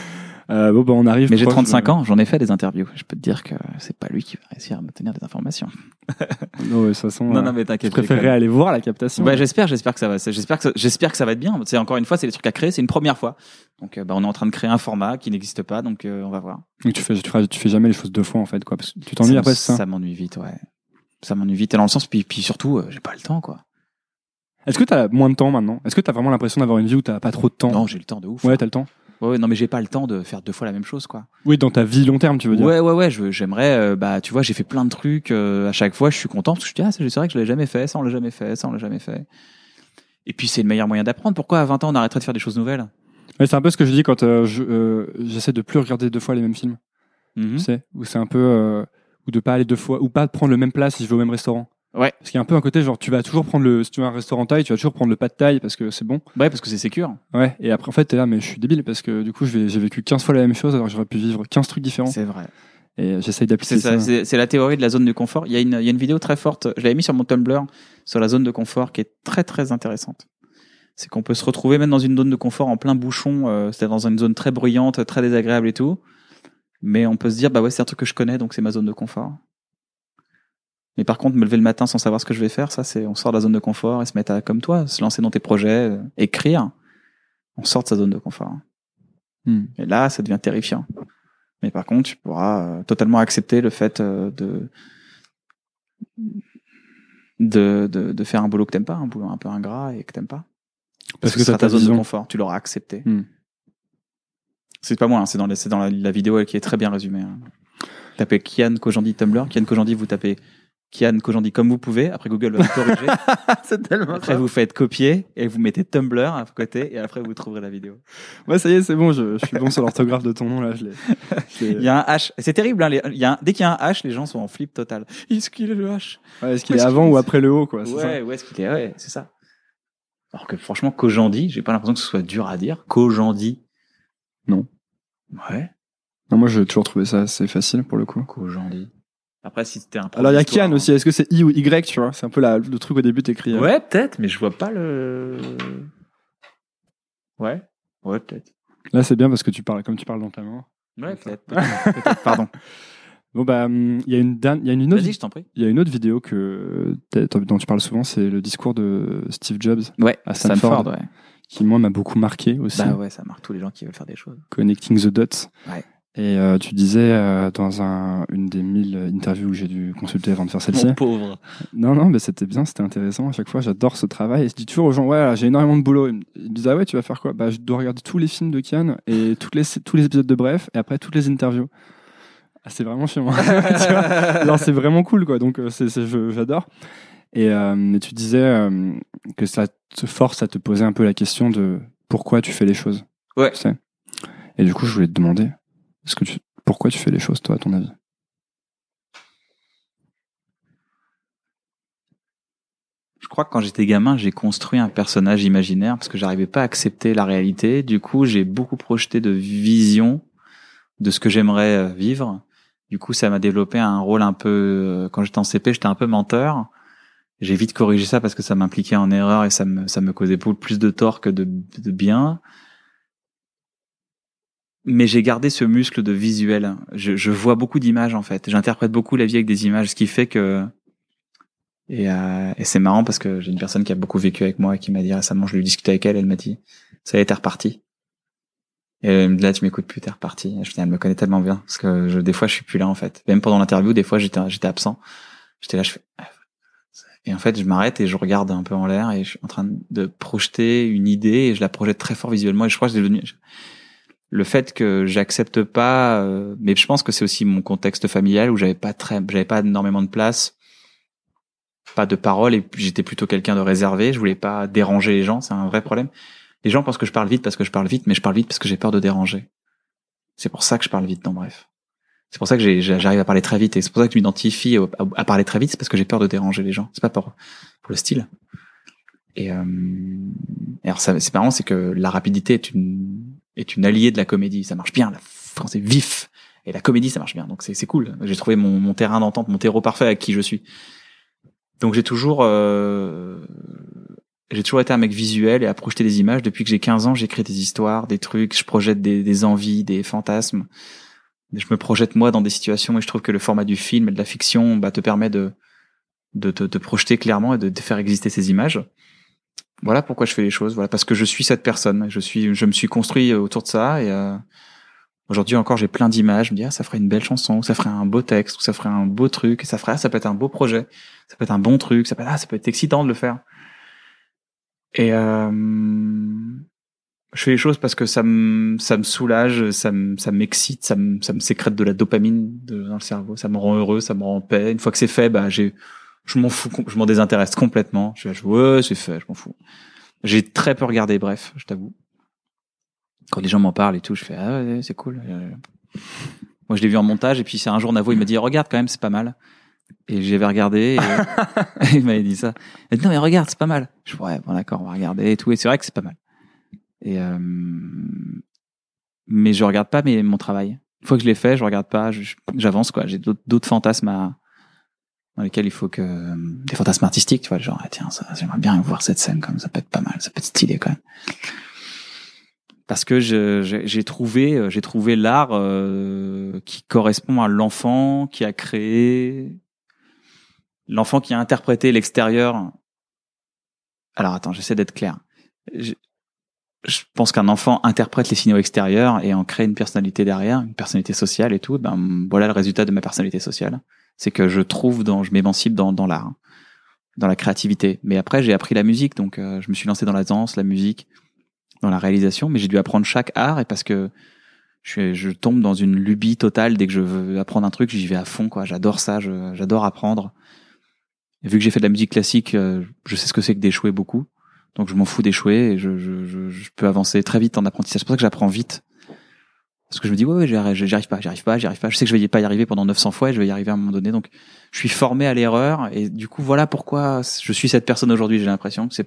Speaker 3: On arrive.
Speaker 1: Mais j'ai 35 ans, j'en ai fait des interviews. Je peux te dire que c'est pas lui qui va réussir à me tenir des informations.
Speaker 3: Non, de toute façon.
Speaker 1: Non, mais t'inquiète.
Speaker 3: Je préférerais aller voir la captation.
Speaker 1: Ouais, j'espère que ça va. J'espère que ça va être bien. C'est encore une fois, c'est des trucs à créer. C'est une première fois. Donc, on est en train de créer un format qui n'existe pas. Donc, on va voir.
Speaker 3: Donc, tu fais jamais les choses deux fois, en fait, quoi. Parce que tu t'ennuies après, c'est ça?
Speaker 1: Ça m'ennuie vite, ouais. Ça m'ennuie vite. Et dans le sens, puis surtout, j'ai pas le temps, quoi.
Speaker 3: Est-ce que t'as moins de temps maintenant? Est-ce que t'as vraiment l'impression d'avoir une vie où t'as pas trop de temps?
Speaker 1: Non, j'ai le temps de ouf.
Speaker 3: Ouais, t'as le temps.
Speaker 1: Ouais, non, mais j'ai pas le temps de faire deux fois la même chose, quoi.
Speaker 3: Oui, dans ta vie long terme, tu veux dire?
Speaker 1: Ouais. J'aimerais, tu vois, j'ai fait plein de trucs. À chaque fois, je suis content parce que je dis, c'est vrai que je l'ai jamais fait. Ça, on l'a jamais fait. Et puis, c'est le meilleur moyen d'apprendre. Pourquoi à 20 ans, on arrêterait de faire des choses nouvelles?
Speaker 3: Ouais, c'est un peu ce que je dis quand j'essaie de plus regarder deux fois les mêmes films. Tu sais, où c'est un peu ou de pas aller deux fois, ou pas prendre le même plat si je vais au même restaurant.
Speaker 1: Ouais.
Speaker 3: Parce qu'il y a un peu un côté genre tu vas toujours prendre si tu vas à un restaurant thaï, tu vas toujours prendre le pad thaï parce que c'est bon.
Speaker 1: Ouais, parce que c'est sécure.
Speaker 3: Ouais, et après en fait t'es là mais je suis débile parce que du coup j'ai vécu 15 fois la même chose alors que j'aurais pu vivre 15 trucs différents.
Speaker 1: C'est vrai.
Speaker 3: Et j'essaye d'appliquer ça.
Speaker 1: C'est la théorie de la zone de confort. Il y a une vidéo très forte, je l'avais mis sur mon Tumblr sur la zone de confort qui est très très intéressante. C'est qu'on peut se retrouver même dans une zone de confort en plein bouchon, c'est-à-dire dans une zone très bruyante, très désagréable et tout. Mais on peut se dire c'est un truc que je connais donc c'est ma zone de confort. Mais par contre, me lever le matin sans savoir ce que je vais faire, ça, on sort de la zone de confort et se mettre comme toi, se lancer dans tes projets, écrire. On sort de sa zone de confort. Et là, ça devient terrifiant. Mais par contre, tu pourras totalement accepter le fait de faire un boulot que t'aimes pas, un boulot un peu ingrat et que t'aimes pas. Parce que c'est ta zone de confort. Tu l'auras accepté. C'est pas moi, c'est dans la vidéo qui est très bien résumée. Tapez Kian Kojandi Tumblr. Kian Kojandi, vous tapez Kian Kojandi comme vous pouvez. Après, Google va vous corriger.
Speaker 3: C'est tellement
Speaker 1: après, vous faites copier et vous mettez Tumblr à côté et après, vous trouverez la vidéo.
Speaker 3: Ouais, ça y est, c'est bon. Je suis bon sur l'orthographe de ton nom, là.
Speaker 1: Il y a un H. C'est terrible, hein. Dès qu'il y a un H, les gens sont en flip total. Est-ce qu'il est le H?
Speaker 3: Ouais, est-ce qu'il est avant ou après le O, quoi?
Speaker 1: Ouais, est-ce qu'il est, ouais, c'est ça. Alors que franchement, Kojandi, j'ai pas l'impression que ce soit dur à dire. Kojandi.
Speaker 3: Non.
Speaker 1: Ouais.
Speaker 3: Non, moi, j'ai toujours trouvé ça assez facile pour le coup.
Speaker 1: Kojandi. Après, si c'était un.
Speaker 3: Alors, il y a Kian aussi. Est-ce que c'est I ou Y, tu vois? C'est un peu le truc au début, t'écris.
Speaker 1: Ouais, peut-être, mais je vois pas le. Ouais, peut-être.
Speaker 3: Là, c'est bien parce que tu parles dans ta main.
Speaker 1: Ouais, peut-être. Pardon.
Speaker 3: Bon, il y a une autre.
Speaker 1: Vas-y, je t'en prie.
Speaker 3: Il y a une autre vidéo dont tu parles souvent, c'est le discours de Steve Jobs.
Speaker 1: Ouais,
Speaker 3: à Stanford.
Speaker 1: Ouais.
Speaker 3: Qui, moi, m'a beaucoup marqué aussi.
Speaker 1: Bah ouais, ça marque tous les gens qui veulent faire des choses.
Speaker 3: Connecting the dots.
Speaker 1: Ouais.
Speaker 3: Et tu disais dans une des 1000 interviews que j'ai dû consulter avant de faire celle-ci.
Speaker 1: Mon pauvre.
Speaker 3: Non, mais c'était bien, c'était intéressant. À chaque fois, j'adore ce travail. Et je dis toujours aux gens, ouais, j'ai énormément de boulot. Ils me disent, ah ouais, tu vas faire quoi? Je dois regarder tous les films de Kian et tous les épisodes de Bref et après toutes les interviews. Ah, c'est vraiment chiant. Alors, c'est vraiment cool, quoi. Donc, j'adore. Et tu disais que ça te force à te poser un peu la question de pourquoi tu fais les choses.
Speaker 1: Ouais.
Speaker 3: Tu sais. Et du coup, je voulais te demander, pourquoi tu fais les choses, toi, à ton avis?
Speaker 1: Je crois que quand j'étais gamin, j'ai construit un personnage imaginaire parce que j'arrivais pas à accepter la réalité. Du coup, j'ai beaucoup projeté de visions de ce que j'aimerais vivre. Du coup, ça m'a développé un rôle un peu... Quand j'étais en CP, j'étais un peu menteur. J'ai vite corrigé ça parce que ça m'impliquait en erreur et ça me causait plus de tort que de bien. Mais j'ai gardé ce muscle de visuel. Je vois beaucoup d'images, en fait. J'interprète beaucoup la vie avec des images, ce qui fait que... Et c'est marrant parce que j'ai une personne qui a beaucoup vécu avec moi et qui m'a dit récemment, je lui ai discuté avec elle m'a dit, ça y est, t'es reparti. Et là, tu m'écoutes plus, t'es reparti. Et je dis, elle me connaît tellement bien parce que des fois, je suis plus là, en fait. Même pendant l'interview, des fois, j'étais absent. J'étais là, je fais... Et en fait, je m'arrête et je regarde un peu en l'air et je suis en train de projeter une idée et je la projette très fort visuellement et je crois que c'est devenu... Le fait que j'accepte pas, mais je pense que c'est aussi mon contexte familial où j'avais pas énormément de place, pas de parole et j'étais plutôt quelqu'un de réservé. Je voulais pas déranger les gens, c'est un vrai problème. Les gens pensent que je parle vite parce que je parle vite, mais je parle vite parce que j'ai peur de déranger. C'est pour ça que je parle vite dans Bref. C'est pour ça que j'arrive à parler très vite et c'est pour ça que je m'identifie à parler très vite, c'est parce que j'ai peur de déranger les gens. C'est pas pour le style. Et alors ça, c'est marrant, c'est que la rapidité est une alliée de la comédie. Ça marche bien, quand c'est vif. Et la comédie, ça marche bien. Donc c'est cool. J'ai trouvé mon terrain d'entente, mon terreau parfait avec qui je suis. Donc j'ai toujours j'ai toujours été un mec visuel et à projeter des images. Depuis que j'ai 15 ans, j'écris des histoires, des trucs, je projette des envies, des fantasmes. Je me projette moi dans des situations et je trouve que le format du film et de la fiction te permet de te projeter clairement et de faire exister ces images. Voilà pourquoi je fais les choses. Voilà, parce que je suis cette personne. Je me suis construit autour de ça et aujourd'hui encore j'ai plein d'images. Je me dis ça ferait une belle chanson, ou ça ferait un beau texte, ou ça ferait un beau truc, ça peut être un beau projet, ça peut être un bon truc, ça peut être excitant de le faire. Et je fais les choses parce que ça me soulage, ça m'excite, ça me sécrète de la dopamine dans le cerveau, ça me rend heureux, ça me rend en paix. Une fois que c'est fait, je m'en fous, je m'en désintéresse complètement. Ouais, c'est fait, je m'en fous. J'ai très peu regardé, bref, je t'avoue. Quand les gens m'en parlent et tout, je fais ouais, c'est cool. Moi, je l'ai vu en montage et puis c'est un jour Navo, il m'a dit regarde quand même, c'est pas mal. Et j'avais regardé et il m'avait dit ça. Il m'a dit non mais regarde, c'est pas mal. Je fais ouais, bon d'accord, on va regarder et tout et c'est vrai que c'est pas mal. Et mais je regarde pas mon travail. Une fois que je l'ai fait, je regarde pas, j'avance quoi. J'ai d'autres fantasmes dans lesquels il faut que des fantasmes artistiques, tu vois, genre tiens ça, j'aimerais bien voir cette scène comme ça peut être pas mal, ça peut être stylé quand même. Parce que j'ai trouvé l'art qui correspond à l'enfant qui a créé, l'enfant qui a interprété l'extérieur. Alors attends, j'essaie d'être clair. Je pense qu'un enfant interprète les signaux extérieurs et en crée une personnalité derrière, une personnalité sociale et tout. Voilà le résultat de ma personnalité sociale. C'est que je m'émancipe dans l'art, dans la créativité. Mais après, j'ai appris la musique, donc je me suis lancé dans la danse, la musique, dans la réalisation. Mais j'ai dû apprendre chaque art et parce que je tombe dans une lubie totale dès que je veux apprendre un truc, j'y vais à fond, quoi. J'adore ça, j'adore apprendre. Et vu que j'ai fait de la musique classique, je sais ce que c'est que d'échouer beaucoup. Donc je m'en fous d'échouer et je peux avancer très vite en apprentissage. C'est pour ça que j'apprends vite. Parce que je me dis ouais, j'y arrive pas. Je sais que je vais pas y arriver pendant 900 fois et je vais y arriver à un moment donné. Donc je suis formé à l'erreur et du coup voilà pourquoi je suis cette personne aujourd'hui. J'ai l'impression que c'est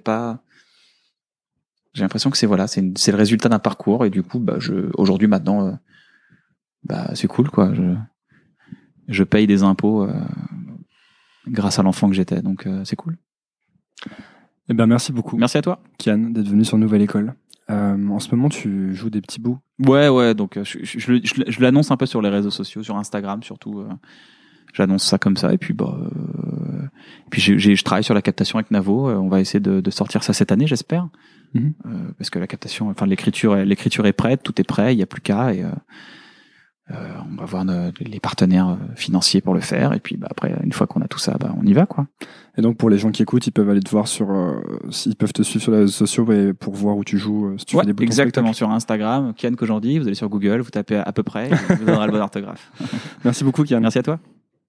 Speaker 1: le résultat d'un parcours et du coup aujourd'hui maintenant c'est cool quoi. Je paye des impôts grâce à l'enfant que j'étais. Donc c'est cool.
Speaker 3: Eh ben merci beaucoup.
Speaker 1: Merci à toi,
Speaker 3: Kian, d'être venu sur Nouvelle École. En ce moment, tu joues des petits bouts.
Speaker 1: Ouais. Donc je l'annonce un peu sur les réseaux sociaux, sur Instagram surtout. J'annonce ça comme ça et puis je travaille sur la captation avec Navo. On va essayer de sortir ça cette année, j'espère. Parce que la captation, enfin l'écriture est prête, tout est prêt, il y a plus qu'à et on va voir les partenaires financiers pour le faire et puis après une fois qu'on a tout ça on y va quoi.
Speaker 3: Et donc pour les gens qui écoutent, ils peuvent aller te voir ils peuvent te suivre sur les réseaux sociaux pour voir où tu joues, si tu fais des bouts.
Speaker 1: Exactement, sur Instagram, Kian Kojandi, vous allez sur Google, vous tapez à peu près, et vous aurez le bon orthographe.
Speaker 3: Merci beaucoup Kian.
Speaker 1: Merci à toi.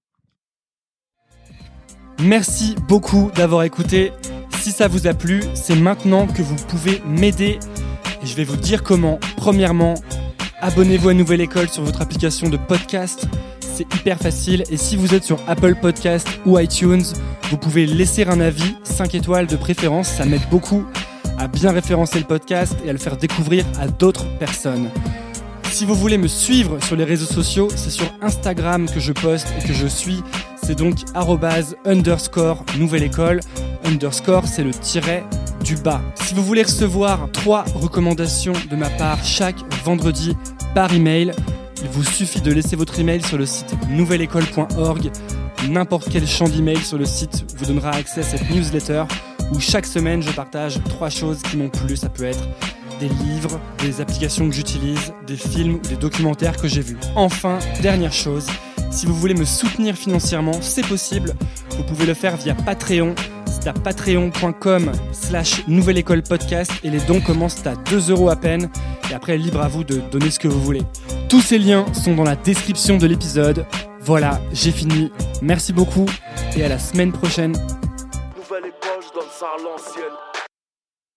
Speaker 2: Merci beaucoup d'avoir écouté. Si ça vous a plu, c'est maintenant que vous pouvez m'aider et je vais vous dire comment. Premièrement, abonnez-vous à Nouvelle École sur votre application de podcast. C'est hyper facile. Et si vous êtes sur Apple Podcast ou iTunes, vous pouvez laisser un avis, 5 étoiles de préférence. Ça m'aide beaucoup à bien référencer le podcast et à le faire découvrir à d'autres personnes. Si vous voulez me suivre sur les réseaux sociaux, c'est sur Instagram que je poste et que je suis. C'est donc @_Nouvelle École. _ c'est le tiret du bas. Si vous voulez recevoir 3 recommandations de ma part chaque vendredi par email, il vous suffit de laisser votre email sur le site nouvelleécole.org. N'importe quel champ d'email sur le site vous donnera accès à cette newsletter où chaque semaine je partage 3 choses qui m'ont plu. Ça peut être des livres, des applications que j'utilise, des films ou des documentaires que j'ai vus. Enfin, dernière chose, si vous voulez me soutenir financièrement, c'est possible. Vous pouvez le faire via Patreon. C'est à patreon.com/nouvelleécolepodcast et les dons commencent à 2 € à peine. Et après, libre à vous de donner ce que vous voulez. Tous ces liens sont dans la description de l'épisode. Voilà, j'ai fini. Merci beaucoup et à la semaine prochaine.
Speaker 4: Nouvelle école, je donne ça à l'ancienne.